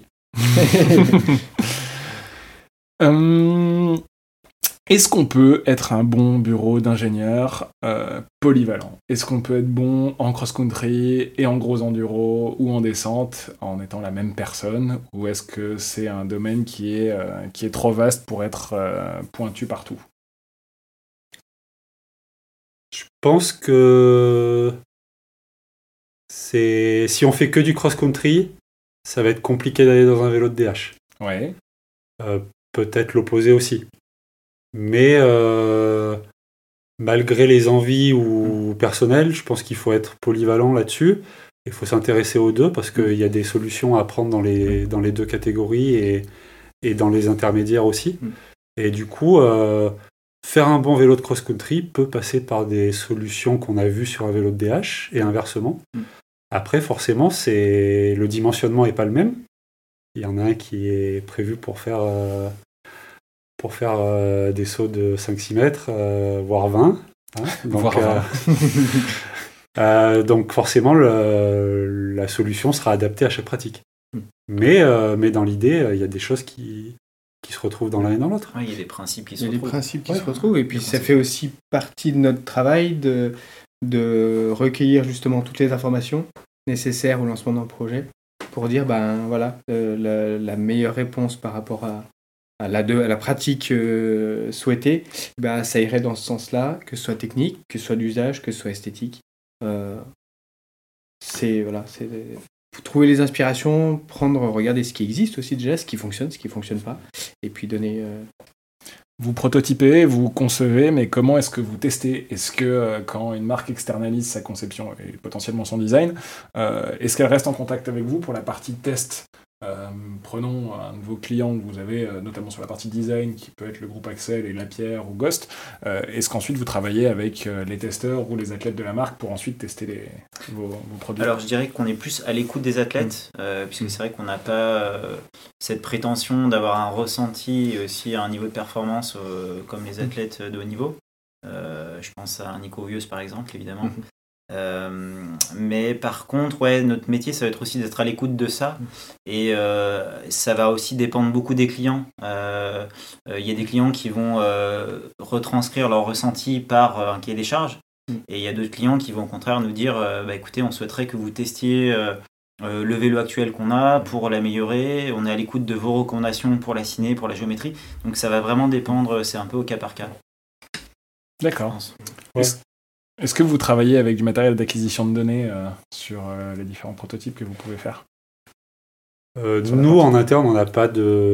Est-ce qu'on peut être un bon bureau d'ingénieur polyvalent? Est-ce qu'on peut être bon en cross-country et en gros enduro ou en descente en étant la même personne? Ou est-ce que c'est un domaine qui est trop vaste pour être pointu partout? Je pense que si on fait que du cross-country, ça va être compliqué d'aller dans un vélo de DH. Ouais. Peut-être l'opposé aussi. Mais malgré les envies ou personnelles, je pense qu'il faut être polyvalent là-dessus. Il faut s'intéresser aux deux parce qu'il y a des solutions à prendre dans les deux catégories et dans les intermédiaires aussi. Et du coup, faire un bon vélo de cross-country peut passer par des solutions qu'on a vues sur un vélo de DH et inversement. Après, forcément, le dimensionnement n'est pas le même. Il y en a un qui est prévu pour faire des sauts de 5-6 mètres, voire 20. Hein, donc, Voire 20. Donc forcément, la solution sera adaptée à chaque pratique. Mais dans l'idée, il y a des choses qui se retrouvent dans l'un et dans l'autre. Ouais, il y a des principes qui se Il y a des retrouvent. principes qui se retrouvent, et puis ça fait aussi partie de notre travail de recueillir justement toutes les informations nécessaires au lancement d'un projet pour dire, voilà, la meilleure réponse par rapport à la pratique souhaitée, ça irait dans ce sens-là, que ce soit technique, que ce soit d'usage, que ce soit esthétique. C'est trouver les inspirations, regarder ce qui existe aussi déjà, ce qui fonctionne pas, et puis donner... Vous prototypez, vous concevez, mais comment est-ce que vous testez? Est-ce que quand une marque externalise sa conception et potentiellement son design, est-ce qu'elle reste en contact avec vous pour la partie test? Prenons un de vos clients que vous avez, notamment sur la partie design, qui peut être le groupe Axel et Lapierre ou Ghost. Est-ce qu'ensuite vous travaillez avec les testeurs ou les athlètes de la marque pour ensuite tester vos produits? Alors je dirais qu'on est plus à l'écoute des athlètes, puisque c'est vrai qu'on n'a pas cette prétention d'avoir un ressenti et aussi un niveau de performance comme les athlètes de haut niveau. Je pense à Nico Vieux par exemple, évidemment. Mais par contre, notre métier, ça va être aussi d'être à l'écoute de ça, et ça va aussi dépendre beaucoup des clients. Il y a des clients qui vont retranscrire leur ressenti par un cahier des charges, et il y a d'autres clients qui vont au contraire nous dire écoutez, on souhaiterait que vous testiez le vélo actuel qu'on a pour l'améliorer, on est à l'écoute de vos recommandations pour l'affiner, pour la géométrie. Donc ça va vraiment dépendre, c'est un peu au cas par cas. D'accord. Est-ce que vous travaillez avec du matériel d'acquisition de données sur les différents prototypes que vous pouvez faire? Nous, en interne, on n'a pas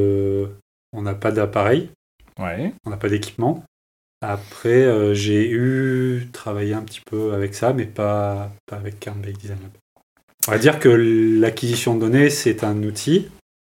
d'appareil, Ouais. on n'a pas d'équipement. Après, j'ai travaillé un petit peu avec ça, mais pas avec Kernbake Design Lab. On va dire que l'acquisition de données, c'est un outil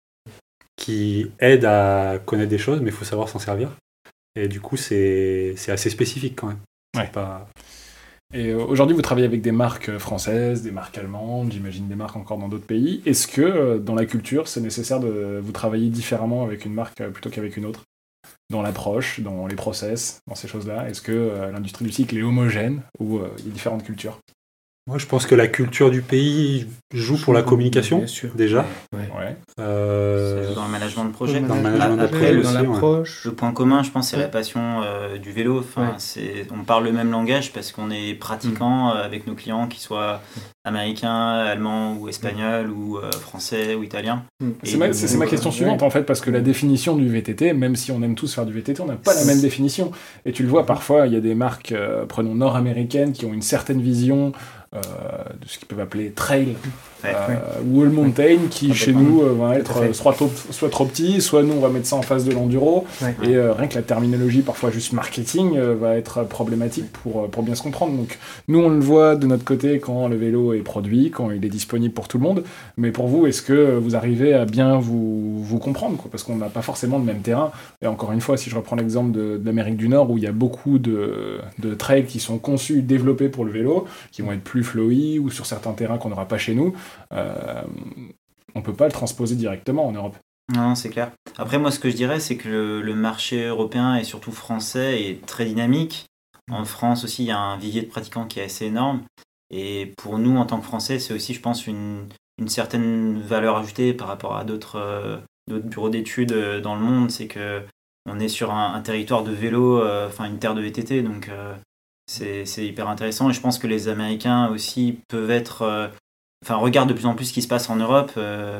qui aide à connaître des choses, mais il faut savoir s'en servir. Et du coup, c'est assez spécifique quand même. Ouais. C'est pas... Et aujourd'hui, vous travaillez avec des marques françaises, des marques allemandes, j'imagine des marques encore dans d'autres pays. Est-ce que dans la culture, c'est nécessaire de vous travailler différemment avec une marque plutôt qu'avec une autre? Dans l'approche, dans les process, dans ces choses-là? Est-ce que l'industrie du cycle est homogène ou il y a différentes cultures? Moi, je pense que la culture du pays joue pour la communication, bien sûr. déjà. Ouais. Ça joue dans le management de projet. Dans le management de Après, projet le- aussi, l'approche. Le point commun, je pense, c'est Ouais. la passion du vélo. Enfin, on parle le même langage parce qu'on est pratiquant avec nos clients, qu'ils soient américains, allemands ou espagnols ou français ou italiens. C'est ma question suivante en fait, parce que la définition du VTT, même si on aime tous faire du VTT, on n'a pas la même définition. Et tu le vois parfois, il y a des marques, prenons nord-américaines, qui ont une certaine vision de ce qu'ils peuvent appeler trail, ou all mountain, qui chez nous va être soit trop petit, soit nous on va mettre ça en face de l'enduro, et rien que la terminologie parfois juste marketing va être problématique pour bien se comprendre. Donc nous on le voit de notre côté quand le vélo est produit, quand il est disponible pour tout le monde, mais pour vous, est-ce que vous arrivez à bien vous comprendre, quoi, parce qu'on n'a pas forcément le même terrain. Et encore une fois, si je reprends l'exemple de l'Amérique du Nord, où il y a beaucoup de trails qui sont conçus, développés pour le vélo, qui vont être plus flowy, ou sur certains terrains qu'on n'aura pas chez nous, on peut pas le transposer directement en Europe. Non, c'est clair. Après, moi, ce que je dirais, c'est que le marché européen et surtout français est très dynamique. En France aussi, il y a un vivier de pratiquants qui est assez énorme. Et pour nous, en tant que Français, c'est aussi, je pense, une certaine valeur ajoutée par rapport à d'autres bureaux d'études dans le monde. C'est qu'on est sur un territoire de vélo, une terre de VTT. Donc, c'est hyper intéressant. Et je pense que les Américains aussi peuvent regardent de plus en plus ce qui se passe en Europe.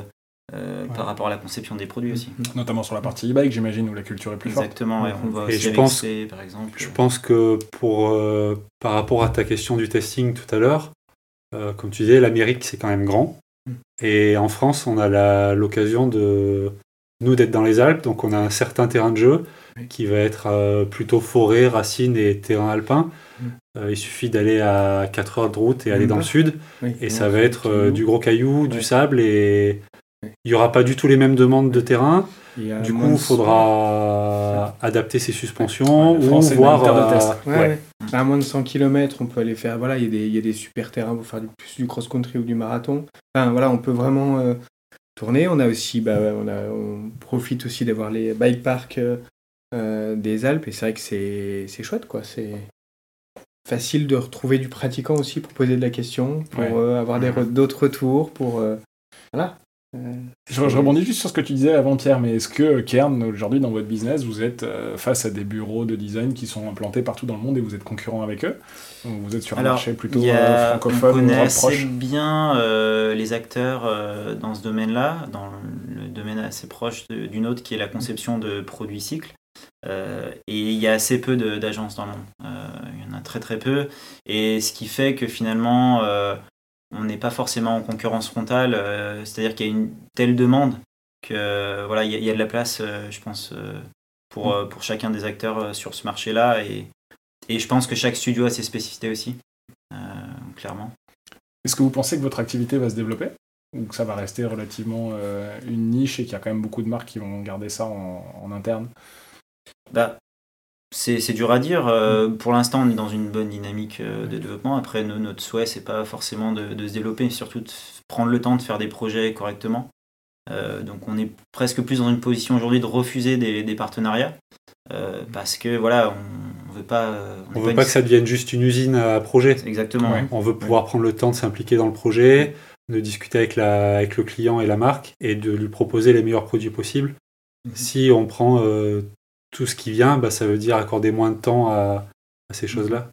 Par rapport à la conception des produits aussi. Notamment sur la partie e-bike, j'imagine, où la culture est plus forte. Exactement, on voit aussi avec C, par exemple. Je pense que par rapport à ta question du testing tout à l'heure, comme tu disais, l'Amérique, c'est quand même grand. Et en France, on a l'occasion d'être dans les Alpes, donc on a un certain terrain de jeu qui va être plutôt forêt, racines et terrain alpin. Il suffit d'aller à 4 heures de route et aller dans le sud, et ça va être du gros caillou, du sable, et il n'y aura pas du tout les mêmes demandes de terrain. Du coup, il faudra adapter ses suspensions ou voir... À moins de 100 km, on peut aller faire... Voilà, il y a des super terrains pour faire plus du cross-country ou du marathon. On peut vraiment tourner. On a aussi... on profite aussi d'avoir les bike parks des Alpes, et c'est vrai que c'est chouette, quoi. C'est facile de retrouver du pratiquant aussi pour poser de la question, pour avoir d'autres retours, pour... voilà. Je rebondis juste sur ce que tu disais avant, Pierre, mais est-ce que Cairn, aujourd'hui, dans votre business, vous êtes face à des bureaux de design qui sont implantés partout dans le monde et vous êtes concurrent avec eux? Ou vous êtes sur un marché plutôt francophone? On connaît assez bien les acteurs dans ce domaine-là, dans le domaine assez proche d'une autre qui est la conception de produits cycles. Et il y a assez peu d'agences dans le monde. Il y en a très très peu. Et ce qui fait que finalement... on n'est pas forcément en concurrence frontale, c'est-à-dire qu'il y a une telle demande que il y a de la place, je pense, pour chacun des acteurs sur ce marché-là, et je pense que chaque studio a ses spécificités aussi, clairement. Est-ce que vous pensez que votre activité va se développer, ou que ça va rester relativement une niche et qu'il y a quand même beaucoup de marques qui vont garder ça en interne? C'est dur à dire. Pour l'instant, on est dans une bonne dynamique de développement. Après, notre souhait, c'est pas forcément de se développer, mais surtout de prendre le temps de faire des projets correctement. Donc, on est presque plus dans une position aujourd'hui de refuser des partenariats parce que on veut pas. On veut pas que ça devienne juste une usine à projet. Exactement. On veut pouvoir prendre le temps de s'impliquer dans le projet, de discuter avec le client et la marque, et de lui proposer les meilleurs produits possibles. Si on prend tout ce qui vient, ça veut dire accorder moins de temps à ces choses-là.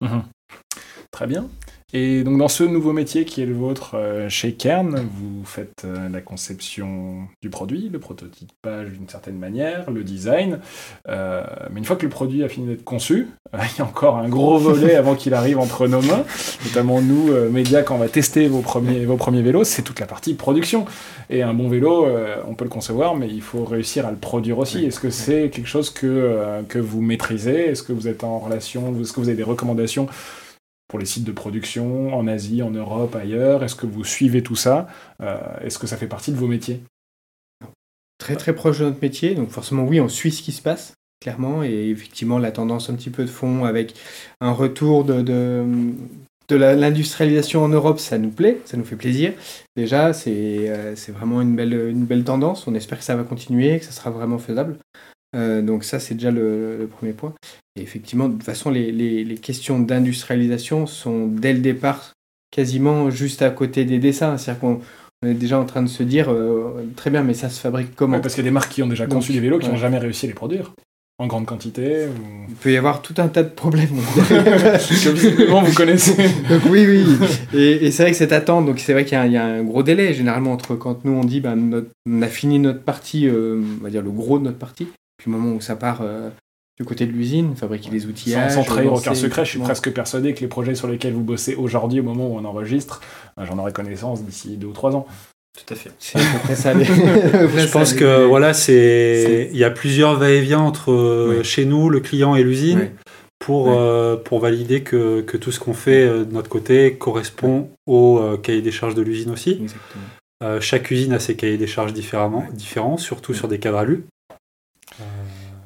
Très bien. Et donc dans ce nouveau métier qui est le vôtre chez Cairn, vous faites la conception du produit, le prototypage d'une certaine manière, le design. Mais une fois que le produit a fini d'être conçu, il y a encore un gros volet avant qu'il arrive entre nos mains. Notamment nous, médias, quand on va tester vos premiers vélos, c'est toute la partie production. Et un bon vélo, on peut le concevoir, mais il faut réussir à le produire aussi. Est-ce que c'est quelque chose que vous maîtrisez? Est-ce que vous êtes en relation? Est-ce que vous avez des recommandations pour les sites de production en Asie, en Europe, ailleurs? Est-ce que vous suivez tout ça? Est-ce que ça fait partie de vos métiers? Très très proche de notre métier, donc forcément oui, on suit ce qui se passe, clairement, et effectivement la tendance un petit peu de fond avec un retour de l'industrialisation en Europe, ça nous plaît, ça nous fait plaisir. Déjà, c'est vraiment une belle tendance, on espère que ça va continuer, que ça sera vraiment faisable. Donc ça, c'est déjà le premier point. Et effectivement, de toute façon, les questions d'industrialisation sont dès le départ quasiment juste à côté des dessins. C'est-à-dire qu'on est déjà en train de se dire très bien, mais ça se fabrique comment? Parce qu'il y a des marques qui ont déjà conçu des vélos qui n'ont jamais réussi à les produire en grande quantité. Il peut y avoir tout un tas de problèmes. Visiblement, vous connaissez. Donc oui. Et c'est vrai que cette attente, donc c'est vrai qu'il y a un gros délai généralement entre quand nous on dit on a fini notre partie, on va dire le gros de notre partie, puis le moment où ça part du côté de l'usine, fabriquer les outillages. Sans trahir aucun secret, je suis presque persuadé que les projets sur lesquels vous bossez aujourd'hui, au moment où on enregistre, j'en aurai connaissance d'ici 2 ou 3 ans. Tout à fait. C'est à peu près ça. Je pense que il y a plusieurs va-et-vient entre chez nous, le client et l'usine, pour valider que tout ce qu'on fait de notre côté correspond au cahier des charges de l'usine aussi. Chaque usine a ses cahiers des charges différents, surtout sur des cadres alu.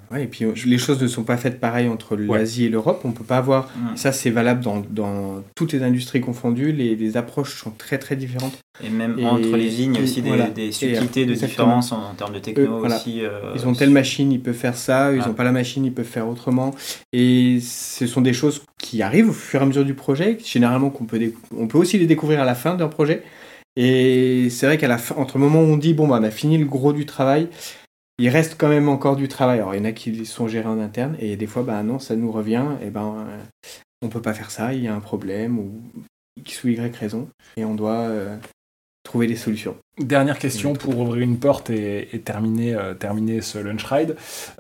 Ouais, et puis les choses ne sont pas faites pareil entre l'Asie et l'Europe. On peut pas avoir. Ça, c'est valable dans toutes les industries confondues. Les approches sont très très différentes. Et même entre les lignes, il y a aussi des subtilités de différence en termes de techno aussi. Ils ont telle machine, ils peuvent faire ça. Ils n'ont pas la machine, ils peuvent faire autrement. Et ce sont des choses qui arrivent au fur et à mesure du projet. Généralement, on peut aussi les découvrir à la fin d'un projet. Et c'est vrai qu'à la fin, entre le moment où on dit on a fini le gros du travail. Il reste quand même encore du travail. Alors, il y en a qui sont gérés en interne et des fois, non, ça nous revient. Et on peut pas faire ça. Il y a un problème ou X ou Y raison et on doit trouver des solutions. Dernière question pour ouvrir une porte et terminer ce lunch ride.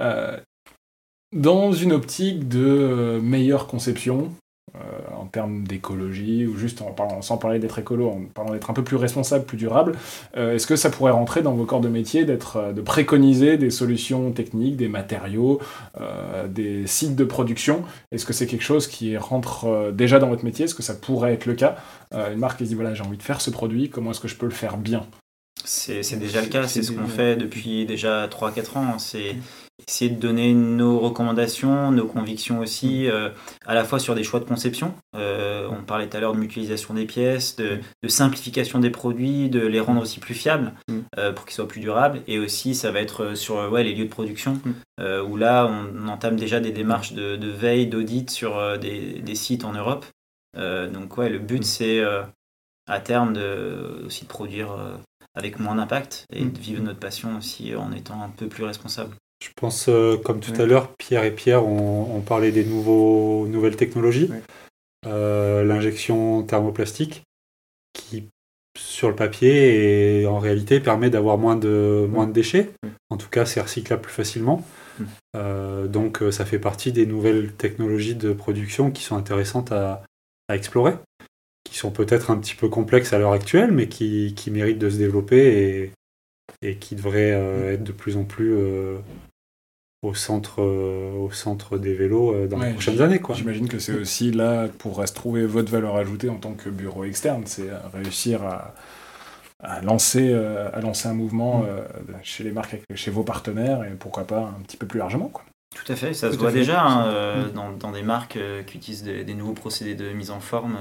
Dans une optique de meilleure conception, en termes d'écologie, ou juste sans parler d'être écolo, en parlant d'être un peu plus responsable, plus durable, est-ce que ça pourrait rentrer dans vos corps de métier de préconiser des solutions techniques, des matériaux, des sites de production? Est-ce que c'est quelque chose qui rentre déjà dans votre métier? Est-ce que ça pourrait être le cas? Une marque qui se dit, voilà, j'ai envie de faire ce produit, comment est-ce que je peux le faire bien? C'est déjà le cas, c'est ce qu'on fait depuis déjà 3-4 ans. C'est essayer de donner nos recommandations, nos convictions aussi, à la fois sur des choix de conception. On parlait tout à l'heure de mutualisation des pièces, de simplification des produits, de les rendre aussi plus fiables pour qu'ils soient plus durables. Et aussi, ça va être sur les lieux de production, où là, on entame déjà des démarches de veille, d'audit sur des sites en Europe. Donc le but, c'est à terme aussi de produire avec moins d'impact et de vivre notre passion aussi en étant un peu plus responsable. Je pense, comme tout à l'heure, Pierre ont parlé des nouvelles technologies. L'injection thermoplastique, qui, sur le papier, et en réalité, permet d'avoir moins de déchets. En tout cas, c'est recyclable plus facilement. Donc, ça fait partie des nouvelles technologies de production qui sont intéressantes à explorer, qui sont peut-être un petit peu complexes à l'heure actuelle, mais qui méritent de se développer et qui devraient être de plus en plus au centre des vélos dans les prochaines années, quoi. J'imagine que c'est aussi là pourra se trouver votre valeur ajoutée en tant que bureau externe, c'est réussir à lancer un mouvement chez les marques, chez vos partenaires et pourquoi pas un petit peu plus largement, quoi. Tout à fait, ça se voit déjà dans des marques qui utilisent des nouveaux procédés de mise en forme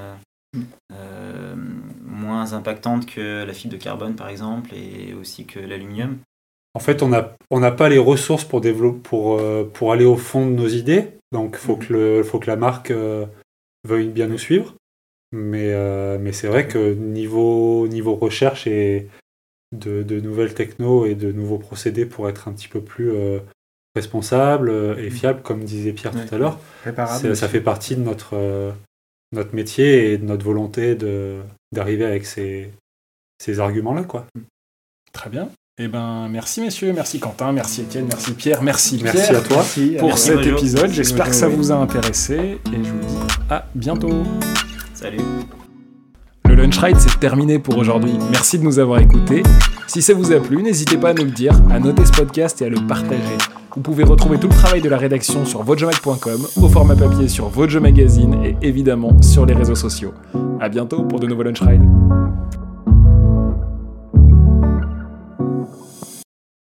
moins impactantes que la fibre de carbone par exemple et aussi que l'aluminium. En fait, on n'a pas les ressources pour aller au fond de nos idées, donc faut que la marque veuille bien nous suivre. Mais c'est vrai que niveau recherche et de nouvelles techno et de nouveaux procédés pour être un petit peu plus responsable et fiable, comme disait Pierre tout à l'heure, ça fait partie de notre métier et de notre volonté d'arriver avec ces arguments-là, quoi. Très bien. Eh ben, merci messieurs, merci Quentin, merci Étienne, merci Pierre, merci Pierre. Merci à toi pour cet épisode. J'espère que ça vous a intéressé et je vous dis à bientôt. Salut. Le Lunch Ride, c'est terminé pour aujourd'hui. Merci de nous avoir écoutés. Si ça vous a plu, n'hésitez pas à nous le dire, à noter ce podcast et à le partager. Vous pouvez retrouver tout le travail de la rédaction sur votejomag.com, au format papier sur Vojo Magazine et évidemment sur les réseaux sociaux. À bientôt pour de nouveaux Lunch Ride.